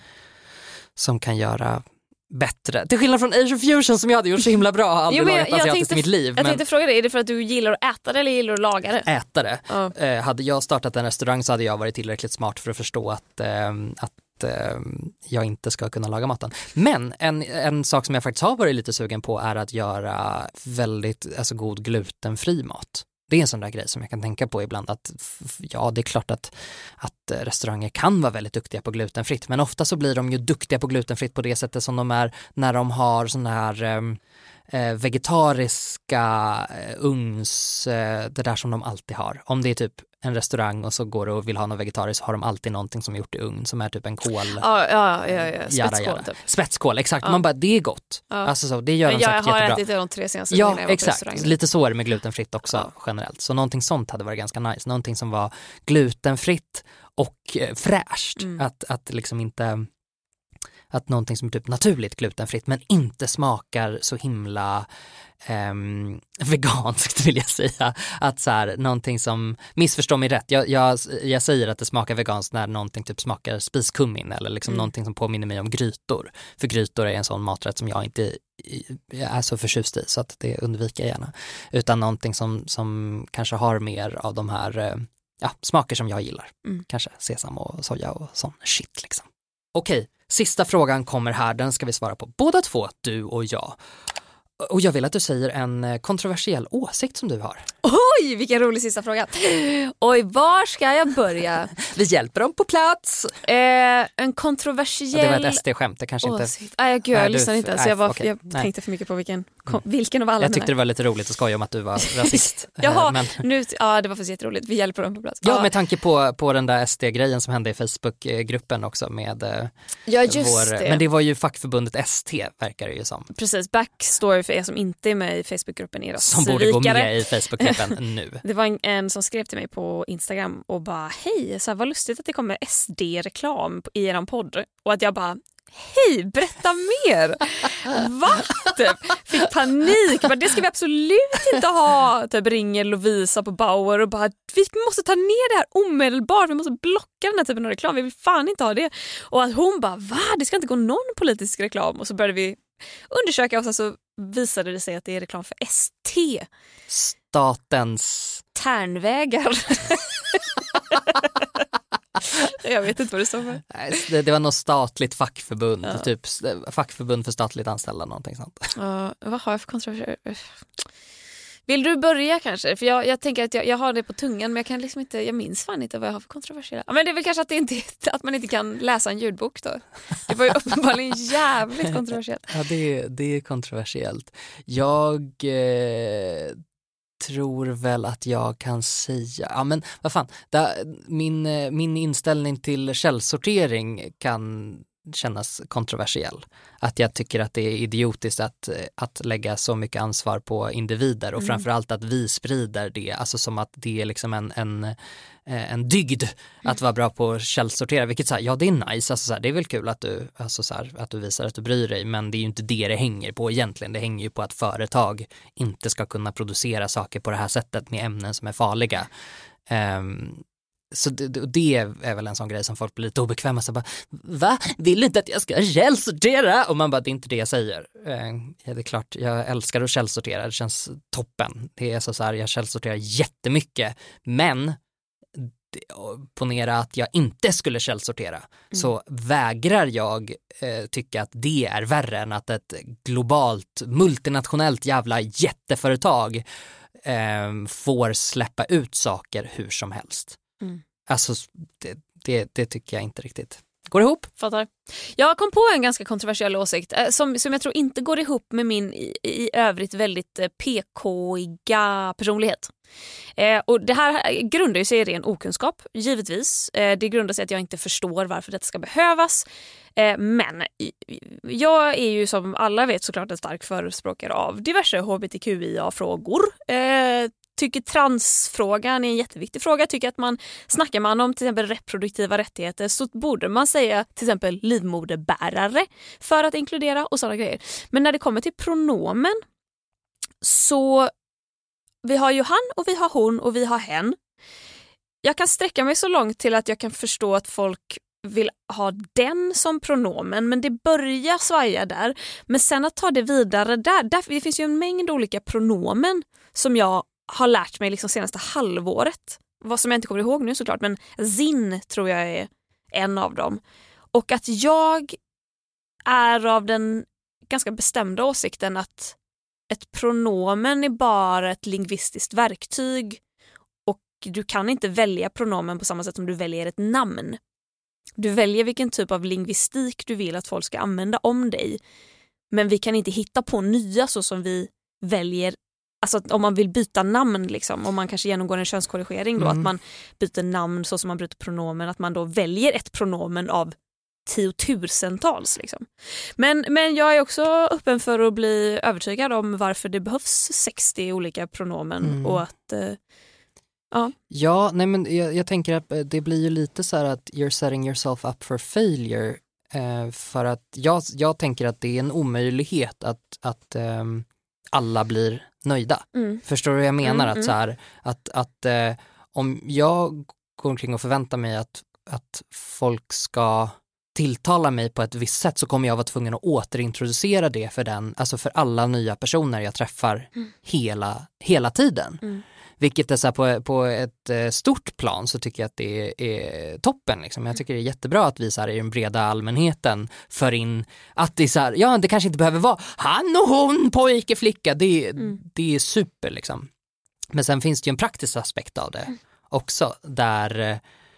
Speaker 5: som kan göra bättre. Till skillnad från Asian fusion som jag hade gjort så himla bra. Har aldrig lagat asiatiskt i mitt liv.
Speaker 6: Jag tänkte fråga dig, är det för att du gillar att äta det eller gillar att laga det?
Speaker 5: Äta det. Hade jag startat en restaurang så hade jag varit tillräckligt smart för att förstå att jag inte ska kunna laga maten. Men en sak som jag faktiskt har varit lite sugen på är att göra väldigt god glutenfri mat. Det är en sån där grej som jag kan tänka på ibland att ja, det är klart att restauranger kan vara väldigt duktiga på glutenfritt, men ofta så blir de ju duktiga på glutenfritt på det sättet som de är när de har sån här vegetariska det där som de alltid har. Om det är typ en restaurang och så går du och vill ha något vegetariskt så har de alltid någonting som är gjort i ugn som är typ en kål.
Speaker 6: Ja. Spetskål typ.
Speaker 5: Spetskål, exakt. Man bara, det är gott. Alltså så, det gör de säkert jättebra. Jag har ätit
Speaker 6: de 3 senaste
Speaker 5: gångerna jag var på restaurang. Lite så är det med glutenfritt också generellt. Så någonting sånt hade varit ganska nice. Någonting som var glutenfritt och fräscht. Att liksom inte... Att någonting som är typ naturligt glutenfritt men inte smakar så himla veganskt vill jag säga. Att så här, någonting som, missförstår mig rätt, jag säger att det smakar veganskt när någonting typ smakar spiskummin eller liksom någonting som påminner mig om grytor. För grytor är en sån maträtt som jag inte är så förtjust i så att det undviker jag gärna. Utan någonting som kanske har mer av de här smaker som jag gillar. Kanske sesam och soja och sån shit liksom. Okej. Sista frågan kommer här, den ska vi svara på båda två, du och jag. Och jag vill att du säger en kontroversiell åsikt som du har.
Speaker 6: Oj, vilken rolig sista fråga. Oj, var ska jag börja?
Speaker 5: Vi hjälper dem på plats.
Speaker 6: En kontroversiell...
Speaker 5: Det var ett SD-skämt, det kanske åsikt.
Speaker 6: Inte... Nej, gud, jag lyssnade inte. Så jag tänkte för mycket på vilken av alla.
Speaker 5: Jag tyckte det var lite roligt att skoja om att du var rasist.
Speaker 6: Jaha, det var faktiskt jätteroligt. Vi hjälper dem på plats.
Speaker 5: Ja, med tanke på den där SD-grejen som hände i Facebook-gruppen också med
Speaker 6: just det.
Speaker 5: Men det var ju fackförbundet ST, verkar det ju som.
Speaker 6: Precis, backstory för er som inte är med i Facebookgruppen, era
Speaker 5: som borde gå med i Facebookgruppen nu.
Speaker 6: Det var en som skrev till mig på Instagram och bara, hej, så här, vad lustigt att det kommer SD-reklam i eran podd. Och att jag bara, hej, berätta mer. Va? Fick panik. Det ska vi absolut inte ha. Typ ringer Lovisa på Bauer och bara, vi måste ta ner det här omedelbart. Vi måste blocka den här typen av reklam. Vi vill fan inte ha det. Och att hon bara, va? Det ska inte gå någon politisk reklam. Och så började vi undersöka och så visade det sig att det är reklam för ST.
Speaker 5: Statens
Speaker 6: Tärnvägar. Jag vet inte vad det står för.
Speaker 5: Nej, det var något statligt fackförbund, typ fackförbund för statligt anställda, någonting sånt.
Speaker 6: Vad har jag för kontroversiella? Vill du börja kanske? För jag tänker att jag har det på tungan, men jag kan liksom inte, jag minns fan inte vad jag har för kontroversiella. Men det är väl kanske att man inte kan läsa en ljudbok då. Det var ju uppenbarligen jävligt kontroversiellt.
Speaker 5: Ja, det är kontroversiellt. Jag tror väl att jag kan säga, ja men vad fan, min inställning till källsortering kan kännas kontroversiell. Att jag tycker att det är idiotiskt att lägga så mycket ansvar på individer och framförallt att vi sprider det, alltså som att det är liksom en dygd att vara bra på att källsortera, vilket så här, ja det är nice, alltså så här, det är väl kul att du, alltså så här, att du visar att du bryr dig, men det är ju inte det hänger på egentligen. Det hänger ju på att företag inte ska kunna producera saker på det här sättet med ämnen som är farliga. Så det är väl en sån grej som folk blir lite obekväma, så bara, va? Vill inte att jag ska källsortera? Och man bara, det är inte det jag säger. Ja, det är klart, jag älskar att källsortera, det känns toppen. Det är så här, jag källsorterar jättemycket, men ponera att jag inte skulle källsortera, så vägrar jag tycka att det är värre än att ett globalt, multinationellt jävla jätteföretag får släppa ut saker hur som helst. Alltså det tycker jag inte riktigt går ihop.
Speaker 6: Fattar. Jag kom på en ganska kontroversiell åsikt som jag tror inte går ihop med min i övrigt väldigt PK-iga personlighet. Och det här grundar ju sig i ren okunskap, givetvis. Det grundar sig att jag inte förstår varför det ska behövas. Men jag är ju som alla vet såklart en stark förespråkare av diverse hbtqia-frågor. Tycker transfrågan är en jätteviktig fråga. Tycker att snackar man om till exempel reproduktiva rättigheter, så borde man säga till exempel livmoderbärare för att inkludera och sådana grejer. Men när det kommer till pronomen, så vi har ju han och vi har hon och vi har hen. Jag kan sträcka mig så långt till att jag kan förstå att folk vill ha den som pronomen, men det börjar svaja där. Men sen att ta det vidare det finns ju en mängd olika pronomen som jag har lärt mig liksom senaste halvåret. Vad som jag inte kommer ihåg nu såklart, men zin tror jag är en av dem. Och att jag är av den ganska bestämda åsikten att ett pronomen är bara ett lingvistiskt verktyg, och du kan inte välja pronomen på samma sätt som du väljer ett namn. Du väljer vilken typ av lingvistik du vill att folk ska använda om dig, men vi kan inte hitta på nya så som vi väljer. Alltså om man vill byta namn, liksom, om man kanske genomgår en könskorrigering då, att man byter namn så som man byter pronomen, att man då väljer ett pronomen av tiotusentals liksom. Men jag är också öppen för att bli övertygad om varför det behövs 60 olika pronomen och att
Speaker 5: Ja, nej men jag tänker att det blir ju lite så här att you're setting yourself up for failure, för att jag tänker att det är en omöjlighet att alla blir nöjda. Förstår du vad jag menar? Att så här, att om jag går omkring och förväntar mig att folk ska tilltala mig på ett visst sätt, så kommer jag vara tvungen att återintroducera det för alla nya personer jag träffar hela tiden. Vilket är så här, på ett stort plan så tycker jag att det är toppen liksom. Jag tycker det är jättebra att vi så här, i den breda allmänheten för in att det är så här, ja, det kanske inte behöver vara han och hon, pojke, flicka, det är super liksom. Men sen finns det ju en praktisk aspekt av det också, där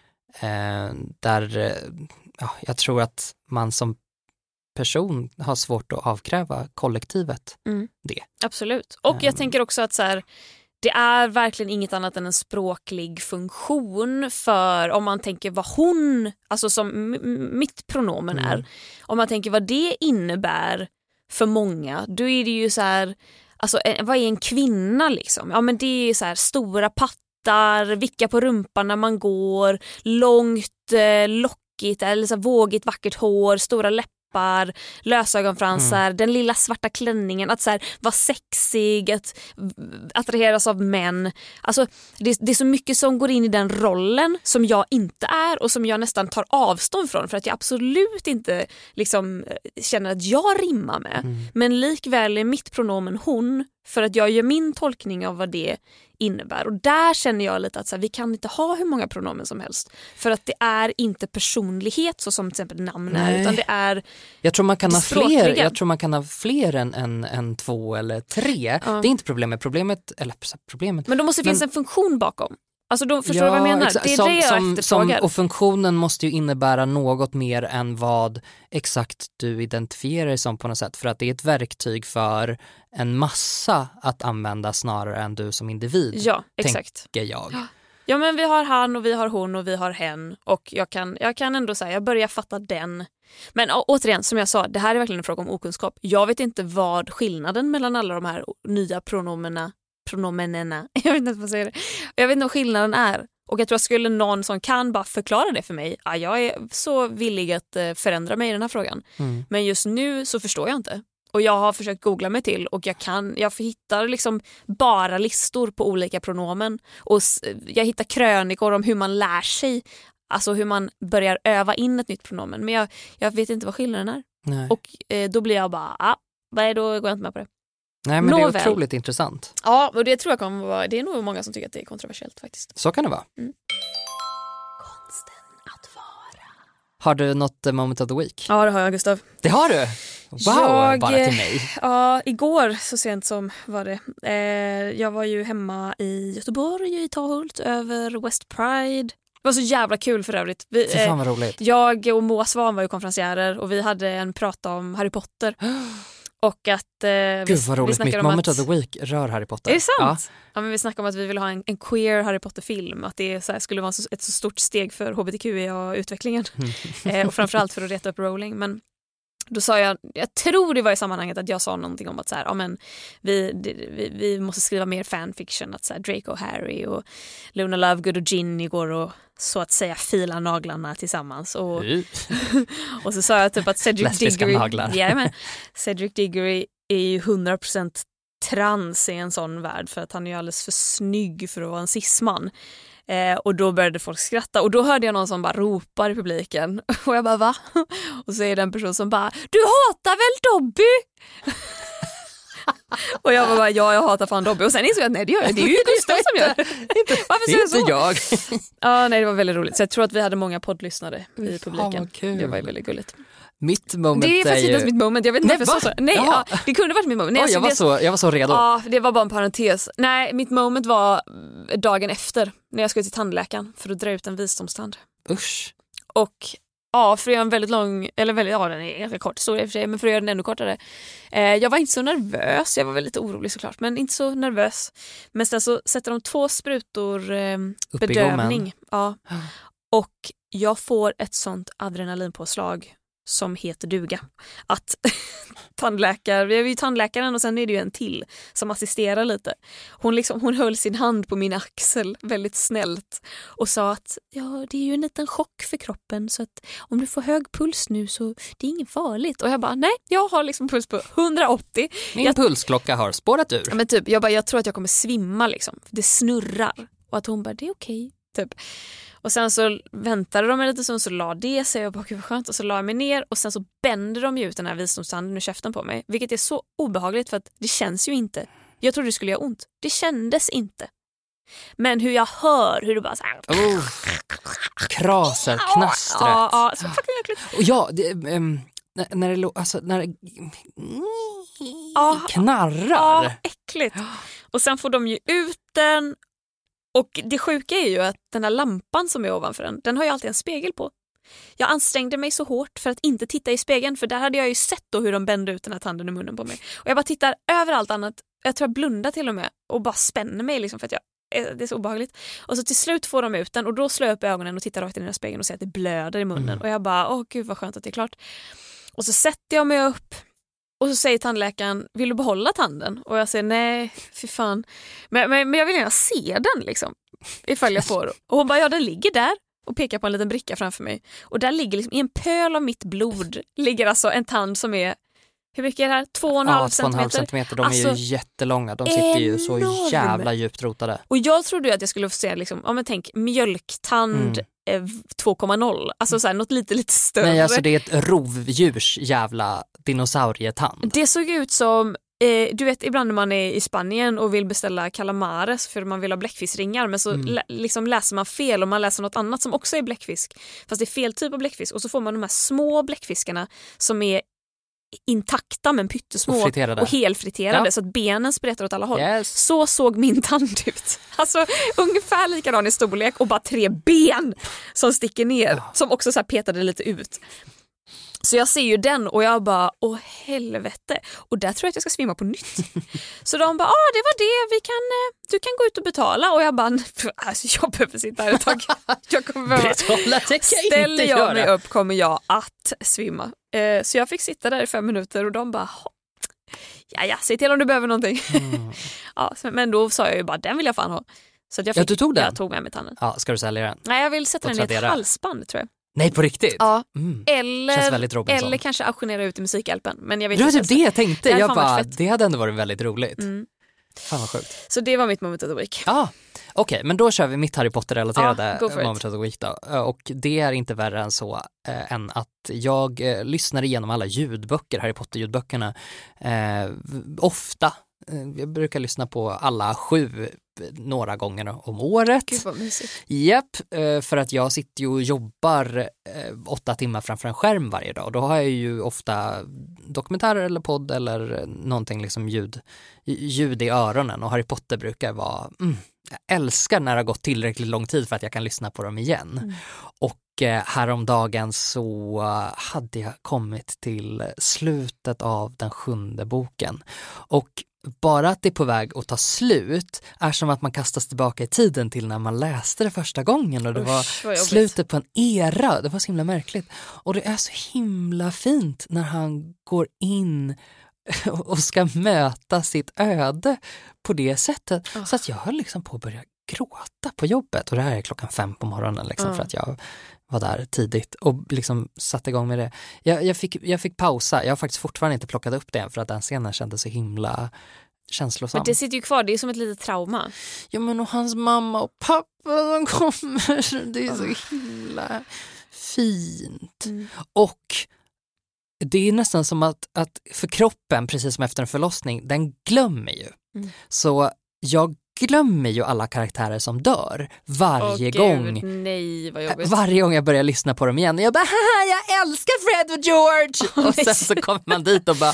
Speaker 5: jag tror att man som person har svårt att avkräva kollektivet det.
Speaker 6: Absolut. Och jag tänker också att så här, det är verkligen inget annat än en språklig funktion, för om man tänker vad hon, alltså som mitt pronomen är, om man tänker vad det innebär för många, då är det ju så här, alltså vad är en kvinna liksom? Ja, men det är så här stora pattar, vicka på rumpan när man går, långt, lockigt eller så här, vågigt, vackert hår, stora läppar, lösögonfransar, den lilla svarta klänningen, att så här, vara sexig, att attraheras av män. Alltså det är så mycket som går in i den rollen som jag inte är och som jag nästan tar avstånd från, för att jag absolut inte liksom känner att jag rimmar med. Men likväl är mitt pronomen hon, för att jag gör min tolkning av vad det innebär. Och där känner jag lite att så här, vi kan inte ha hur många pronomen som helst. För att det är inte personlighet så som till exempel namn är, utan det är
Speaker 5: jag tror man kan ha
Speaker 6: språkliga.
Speaker 5: fler. Jag tror man kan ha fler än 2 eller 3. Det är inte problemet. Men
Speaker 6: då måste det finnas en funktion bakom. Alltså då förstår du vad jag menar? Det är det jag efterfrågar.
Speaker 5: Och funktionen måste ju innebära något mer än vad exakt du identifierar dig som på något sätt. För att det är ett verktyg för en massa att använda snarare än du som individ.
Speaker 6: Ja, exakt.
Speaker 5: Tänker jag.
Speaker 6: Ja, men vi har han och vi har hon och vi har hen. Och jag kan ändå säga, jag börjar fatta den. Men återigen, som jag sa, det här är verkligen en fråga om okunskap. Jag vet inte vad skillnaden mellan alla de här nya pronomenerna, jag vet inte vad man säger det. Jag vet inte vad skillnaden är. Och jag tror att skulle någon som kan bara förklara det för mig, jag är så villig att förändra mig i den här frågan. Men just nu så förstår jag inte. Och jag har försökt googla mig till och jag hittar liksom bara listor på olika pronomen. Och jag hittar krönikor om hur man lär sig, alltså hur man börjar öva in ett nytt pronomen. Men jag vet inte vad skillnaden är.
Speaker 5: Nej.
Speaker 6: Och då blir jag bara, då går jag inte med på det.
Speaker 5: Nej, men det är otroligt intressant.
Speaker 6: Ja, och det tror jag kommer vara, det är nog många som tycker att det är kontroversiellt faktiskt.
Speaker 5: Så kan det vara.
Speaker 6: Konsten att vara.
Speaker 5: Har du något moment of the week?
Speaker 6: Ja, det har jag, Gustav.
Speaker 5: Det har du? Wow, bara till mig.
Speaker 6: Ja, igår så sent som var det. Jag var ju hemma i Göteborg i Tahult över West Pride. Det var så jävla kul för övrigt.
Speaker 5: Fan vad roligt.
Speaker 6: Jag och Moa Svan var ju konferenciärer och vi hade en prata om Harry Potter. Och att
Speaker 5: Gud vad roligt, mitt moment of the week rör Harry Potter.
Speaker 6: Är det sant? Ja, men vi snackade om att vi vill ha en queer Harry Potter-film. Att det så här, skulle vara ett så stort steg för hbtqia-utvecklingen. Och framförallt för att reta upp Rowling. Men då sa jag tror det var i sammanhanget att jag sa någonting om att så här, ja, men vi måste skriva mer fanfiction. Att så här, Draco och Harry och Luna Lovegood och Ginny går och så att säga fila naglarna tillsammans. Och så sa jag typ att Cedric Diggory är ju 100% trans i en sån värld för att han är ju alldeles för snygg för att vara en cisman. Och då började folk skratta och då hörde jag någon som bara ropar i publiken och jag bara va? Och så är det en person som bara du hatar väl Dobby? Och jag bara jag hatar fan Dobby och sen insåg jag att nej det gör jag, det är ju Gustav som gör det. Varför säger
Speaker 5: inte jag?
Speaker 6: Ja, nej det var väldigt roligt så jag tror att vi hade många poddlyssnare i publiken. Det var ju väldigt gulligt.
Speaker 5: Mitt moment
Speaker 6: det är faktiskt inte mitt moment. Jag vet inte varför så. Nej, det kunde varit mitt moment. Nej,
Speaker 5: jag var så redo.
Speaker 6: Ja, det var bara en parentes. Nej, mitt moment var dagen efter när jag skulle till tandläkaren för att dra ut en visdomstand.
Speaker 5: Usch.
Speaker 6: Och för att göra en väldigt lång, eller väldigt, den är ganska kort historia i och för sig, men för att göra den ännu kortare. Jag var inte så nervös, jag var väl lite orolig såklart, men inte så nervös. Men sen så sätter de 2 sprutor bedövning. Ja. Och jag får ett sånt adrenalinpåslag som heter duga. Att vi är ju tandläkaren och sen är det ju en till som assisterar lite. Hon höll sin hand på min axel väldigt snällt och sa att det är ju en liten chock för kroppen så att om du får hög puls nu så det är inget farligt. Och jag bara nej, jag har liksom puls på 180.
Speaker 5: Min pulsklocka har spårat ur.
Speaker 6: Men typ, jag tror att jag kommer svimma liksom. Det snurrar. Och att hon bara, det är okej. Typ. Och sen så väntade de en lite så la det sig och bara gud vad skönt och så la jag mig ner och sen så bänder de ju ut den här visdomstanden ur käften på mig. Vilket är så obehagligt för att det känns ju inte. Jag trodde det skulle göra ont. Det kändes inte. Men hur jag hör hur det bara så här
Speaker 5: kraser, knastret.
Speaker 6: Ja, så fucking äckligt.
Speaker 5: Och ja, när det alltså när det knarrar.
Speaker 6: Ja, äckligt. Och sen får de ju ut den. Och det sjuka är ju att den här lampan som är ovanför den har ju alltid en spegel på. Jag ansträngde mig så hårt för att inte titta i spegeln för där hade jag ju sett då hur de bände ut den här tanden i munnen på mig. Och jag bara tittar överallt annat. Jag tror jag blundar till och med och bara spänner mig liksom för att det är så obehagligt. Och så till slut får de ut den och då slår jag upp ögonen och tittar rakt in i den här spegeln och ser att det blöder i munnen. Och jag bara, gud vad skönt att det är klart. Och så sätter jag mig upp. Och så säger tandläkaren, vill du behålla tanden? Och jag säger, nej, fy fan. Men jag vill gärna se den liksom. Ifall jag får. Och hon bara, den ligger där. Och pekar på en liten bricka framför mig. Och där ligger liksom, i en pöl av mitt blod ligger alltså en tand som är, hur mycket är det här? 2,5 centimeter.
Speaker 5: De är ju jättelånga. De sitter ju så jävla djupt rotade.
Speaker 6: Och jag trodde ju att jag skulle få se liksom, tänk mjölktand 2,0. Alltså så här, något lite större.
Speaker 5: Nej, alltså det är ett rovdjurs jävla dinosaurietand.
Speaker 6: Det såg ut som du vet ibland när man är i Spanien och vill beställa calamares för man vill ha bläckfiskringar, men så liksom läser man fel och man läser något annat som också är bläckfisk, fast det är fel typ av bläckfisk, och så får man de här små bläckfiskarna som är intakta men pyttesmå och helfriterade, så att benen spretar åt alla håll. Så såg min tand ut. Alltså ungefär likadan i storlek och bara 3 ben som sticker ner, som också så här petade lite ut. Så jag ser ju den och jag bara, åh helvete. Och där tror jag att jag ska svimma på nytt. Så de bara, det var det, du kan gå ut och betala. Och jag bara, alltså jag behöver sitta här ett tag. Jag kommer behöva, ställer jag mig upp kommer jag att svimma. Så jag fick sitta där i 5 minuter och de bara, ja, säg till om du behöver någonting. Ja, men då sa jag ju bara, den vill jag fan ha. Så att du tog den? Jag tog med mig tanden.
Speaker 5: Ja, ska du sälja den?
Speaker 6: Nej, jag vill sätta den i ett halsband tror jag.
Speaker 5: Nej, på riktigt?
Speaker 6: Ja.
Speaker 5: Eller
Speaker 6: kanske auktionera ut i Musikhjälpen. Men jag vet
Speaker 5: inte. Det jag tänkte. Jag bara, det hade ändå varit väldigt roligt. Fan vad sjukt.
Speaker 6: Så det var mitt moment of the week.
Speaker 5: Ja, okej, men då kör vi mitt Harry Potter-relaterade moment of the week då. Och det är inte värre än så än att jag lyssnar igenom alla ljudböcker, Harry Potter-ljudböckerna ofta. Jag brukar lyssna på alla 7 några gånger om året.
Speaker 6: Gud vad mysigt.
Speaker 5: Japp, för att jag sitter ju och jobbar 8 timmar framför en skärm varje dag. Då har jag ju ofta dokumentärer eller podd eller någonting liksom ljud i öronen. Och Harry Potter brukar vara... jag älskar när det har gått tillräckligt lång tid för att jag kan lyssna på dem igen. Och häromdagen så hade jag kommit till slutet av den 7:e boken. Och bara att det är på väg att ta slut är som att man kastas tillbaka i tiden till när man läste det första gången. Och det var slutet på en era. Det var så himla märkligt. Och det är så himla fint när han går in och ska möta sitt öde på det sättet. Så att jag höll liksom på att börja gråta på jobbet. Och det här är 5:00 på morgonen liksom, för att jag var där tidigt och liksom satte igång med det. Jag fick pausa. Jag har faktiskt fortfarande inte plockat upp det än för att den scenen kändes så himla känslosam.
Speaker 6: Men det sitter ju kvar, det är som ett litet trauma.
Speaker 5: Ja, men och hans mamma och pappa de kommer. Det är så himla fint. Och det är nästan som att för kroppen, precis som efter en förlossning, den glömmer ju. Så jag glömmer ju alla karaktärer som dör varje gång.
Speaker 6: Nej, vad jobbigt.
Speaker 5: Varje gång jag börjar lyssna på dem igen. Och jag bara, jag älskar Fred och George. Och sen så kommer man dit och bara,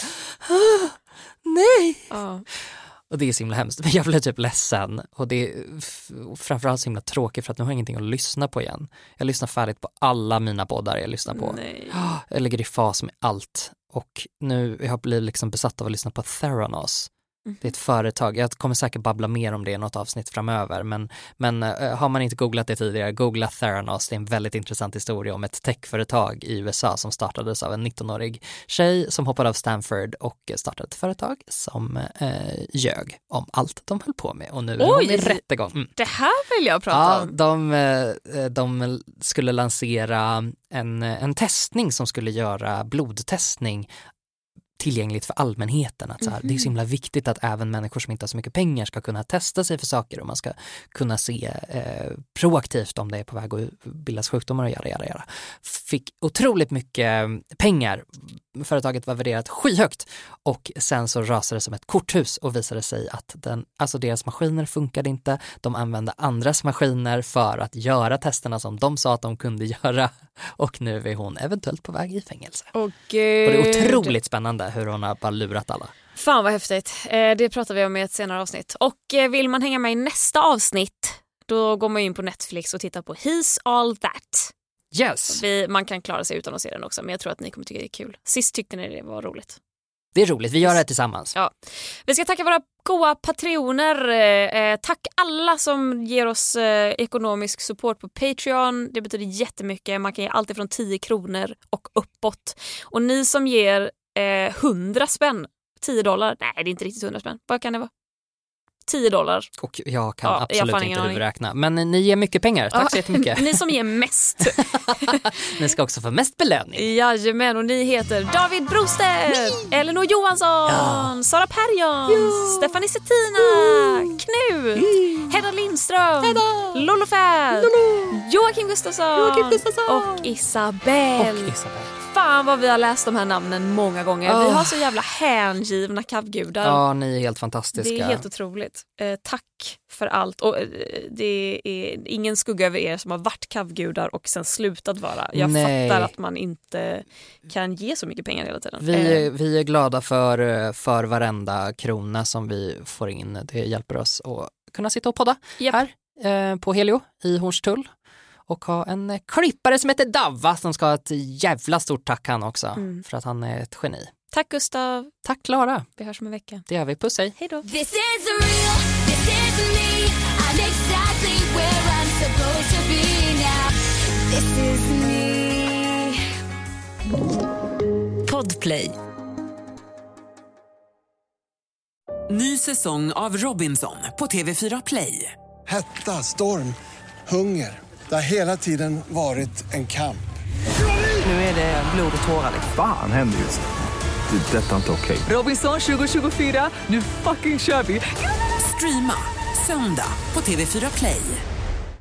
Speaker 5: nej. Och det är så himla hemskt. Men jag blev typ ledsen. Och det är framförallt så himla tråkigt för att nu har jag ingenting att lyssna på igen. Jag lyssnar färdigt på alla mina poddar jag lyssnar på. Jag ligger i fas med allt. Och nu jag har blivit liksom besatt av att lyssna på Theranos. Det är ett företag. Jag kommer säkert babbla mer om det i något avsnitt framöver. Men har man inte googlat det tidigare, googla Theranos. Det är en väldigt intressant historia om ett techföretag i USA som startades av en 19-årig tjej som hoppade av Stanford och startade ett företag som ljög om allt de höll på med. Och nu är hon i rättegång.
Speaker 6: Det här vill jag prata om.
Speaker 5: De skulle lansera en testning som skulle göra blodtestning tillgängligt för allmänheten. Att så här, det är så himla viktigt att även människor som inte har så mycket pengar ska kunna testa sig för saker och man ska kunna se proaktivt om det är på väg att bildas sjukdomar och göra. Fick otroligt mycket pengar. Företaget var värderat skyhögt och sen så rasade det som ett korthus och visade sig att deras maskiner funkade inte. De använde andras maskiner för att göra testerna som de sa att de kunde göra och nu är hon eventuellt på väg i fängelse. Och det är otroligt spännande hur hon har bara lurat alla.
Speaker 6: Fan vad häftigt. Det pratar vi om i ett senare avsnitt. Och vill man hänga med i nästa avsnitt då går man in på Netflix och tittar på He's All That.
Speaker 5: Yes.
Speaker 6: Man kan klara sig utan att se den också, men jag tror att ni kommer tycka det är kul. Sist tyckte ni det var roligt.
Speaker 5: Det är roligt, vi gör det tillsammans.
Speaker 6: Ja. Vi ska tacka våra goda patroner. Tack alla som ger oss ekonomisk support på Patreon. Det betyder jättemycket. Man kan ge allt från 10 kronor och uppåt. Och ni som ger 100 spänn, $10. Nej, det är inte riktigt 100 spänn. Vad kan det vara? $10.
Speaker 5: Och jag kan absolut inte huvudräkna. Men ni ger mycket pengar, tack så jättemycket.
Speaker 6: Ni som ger mest.
Speaker 5: Ni ska också få mest belöning.
Speaker 6: Jajamän, och ni heter David Brostedt, Elinor Johansson, Sara Perjons, Stefanie Settina, Knut, Hedda Lindström, Lollo Fäll, Joakim Joakim Gustafsson och Isabelle. Fan vad vi har läst de här namnen många gånger. Vi har så jävla hängivna kappgudar.
Speaker 5: Ja, ni är helt fantastiska.
Speaker 6: Det är helt otroligt. Tack för allt. Och det är ingen skugga över er som har varit kappgudar och sen slutat vara. Jag fattar att man inte kan ge så mycket pengar hela tiden.
Speaker 5: Vi är glada för varenda krona som vi får in. Det hjälper oss att kunna sitta och podda här på Helio i Hornstull. Och ha en klippare som heter Davva som ska ha ett jävla stort tack han också. För att han är ett geni.
Speaker 6: Tack Gustav.
Speaker 5: Tack Klara.
Speaker 6: Vi hörs om en vecka.
Speaker 5: Det gör vi. Puss, hej.
Speaker 6: Hej då.
Speaker 4: This is real, this is me. I'm exactly where I'm supposed to be now. This is me.
Speaker 7: Podplay.
Speaker 1: Ny säsong av Robinson på TV4 Play.
Speaker 2: Hetta, storm, hunger. Det har hela tiden varit en kamp.
Speaker 1: Nu är det blod och tårar.
Speaker 3: Fan händer just det. Det är detta inte okej.
Speaker 1: Robinson 2024, nu fucking kör vi. Streama söndag på TV4 Play.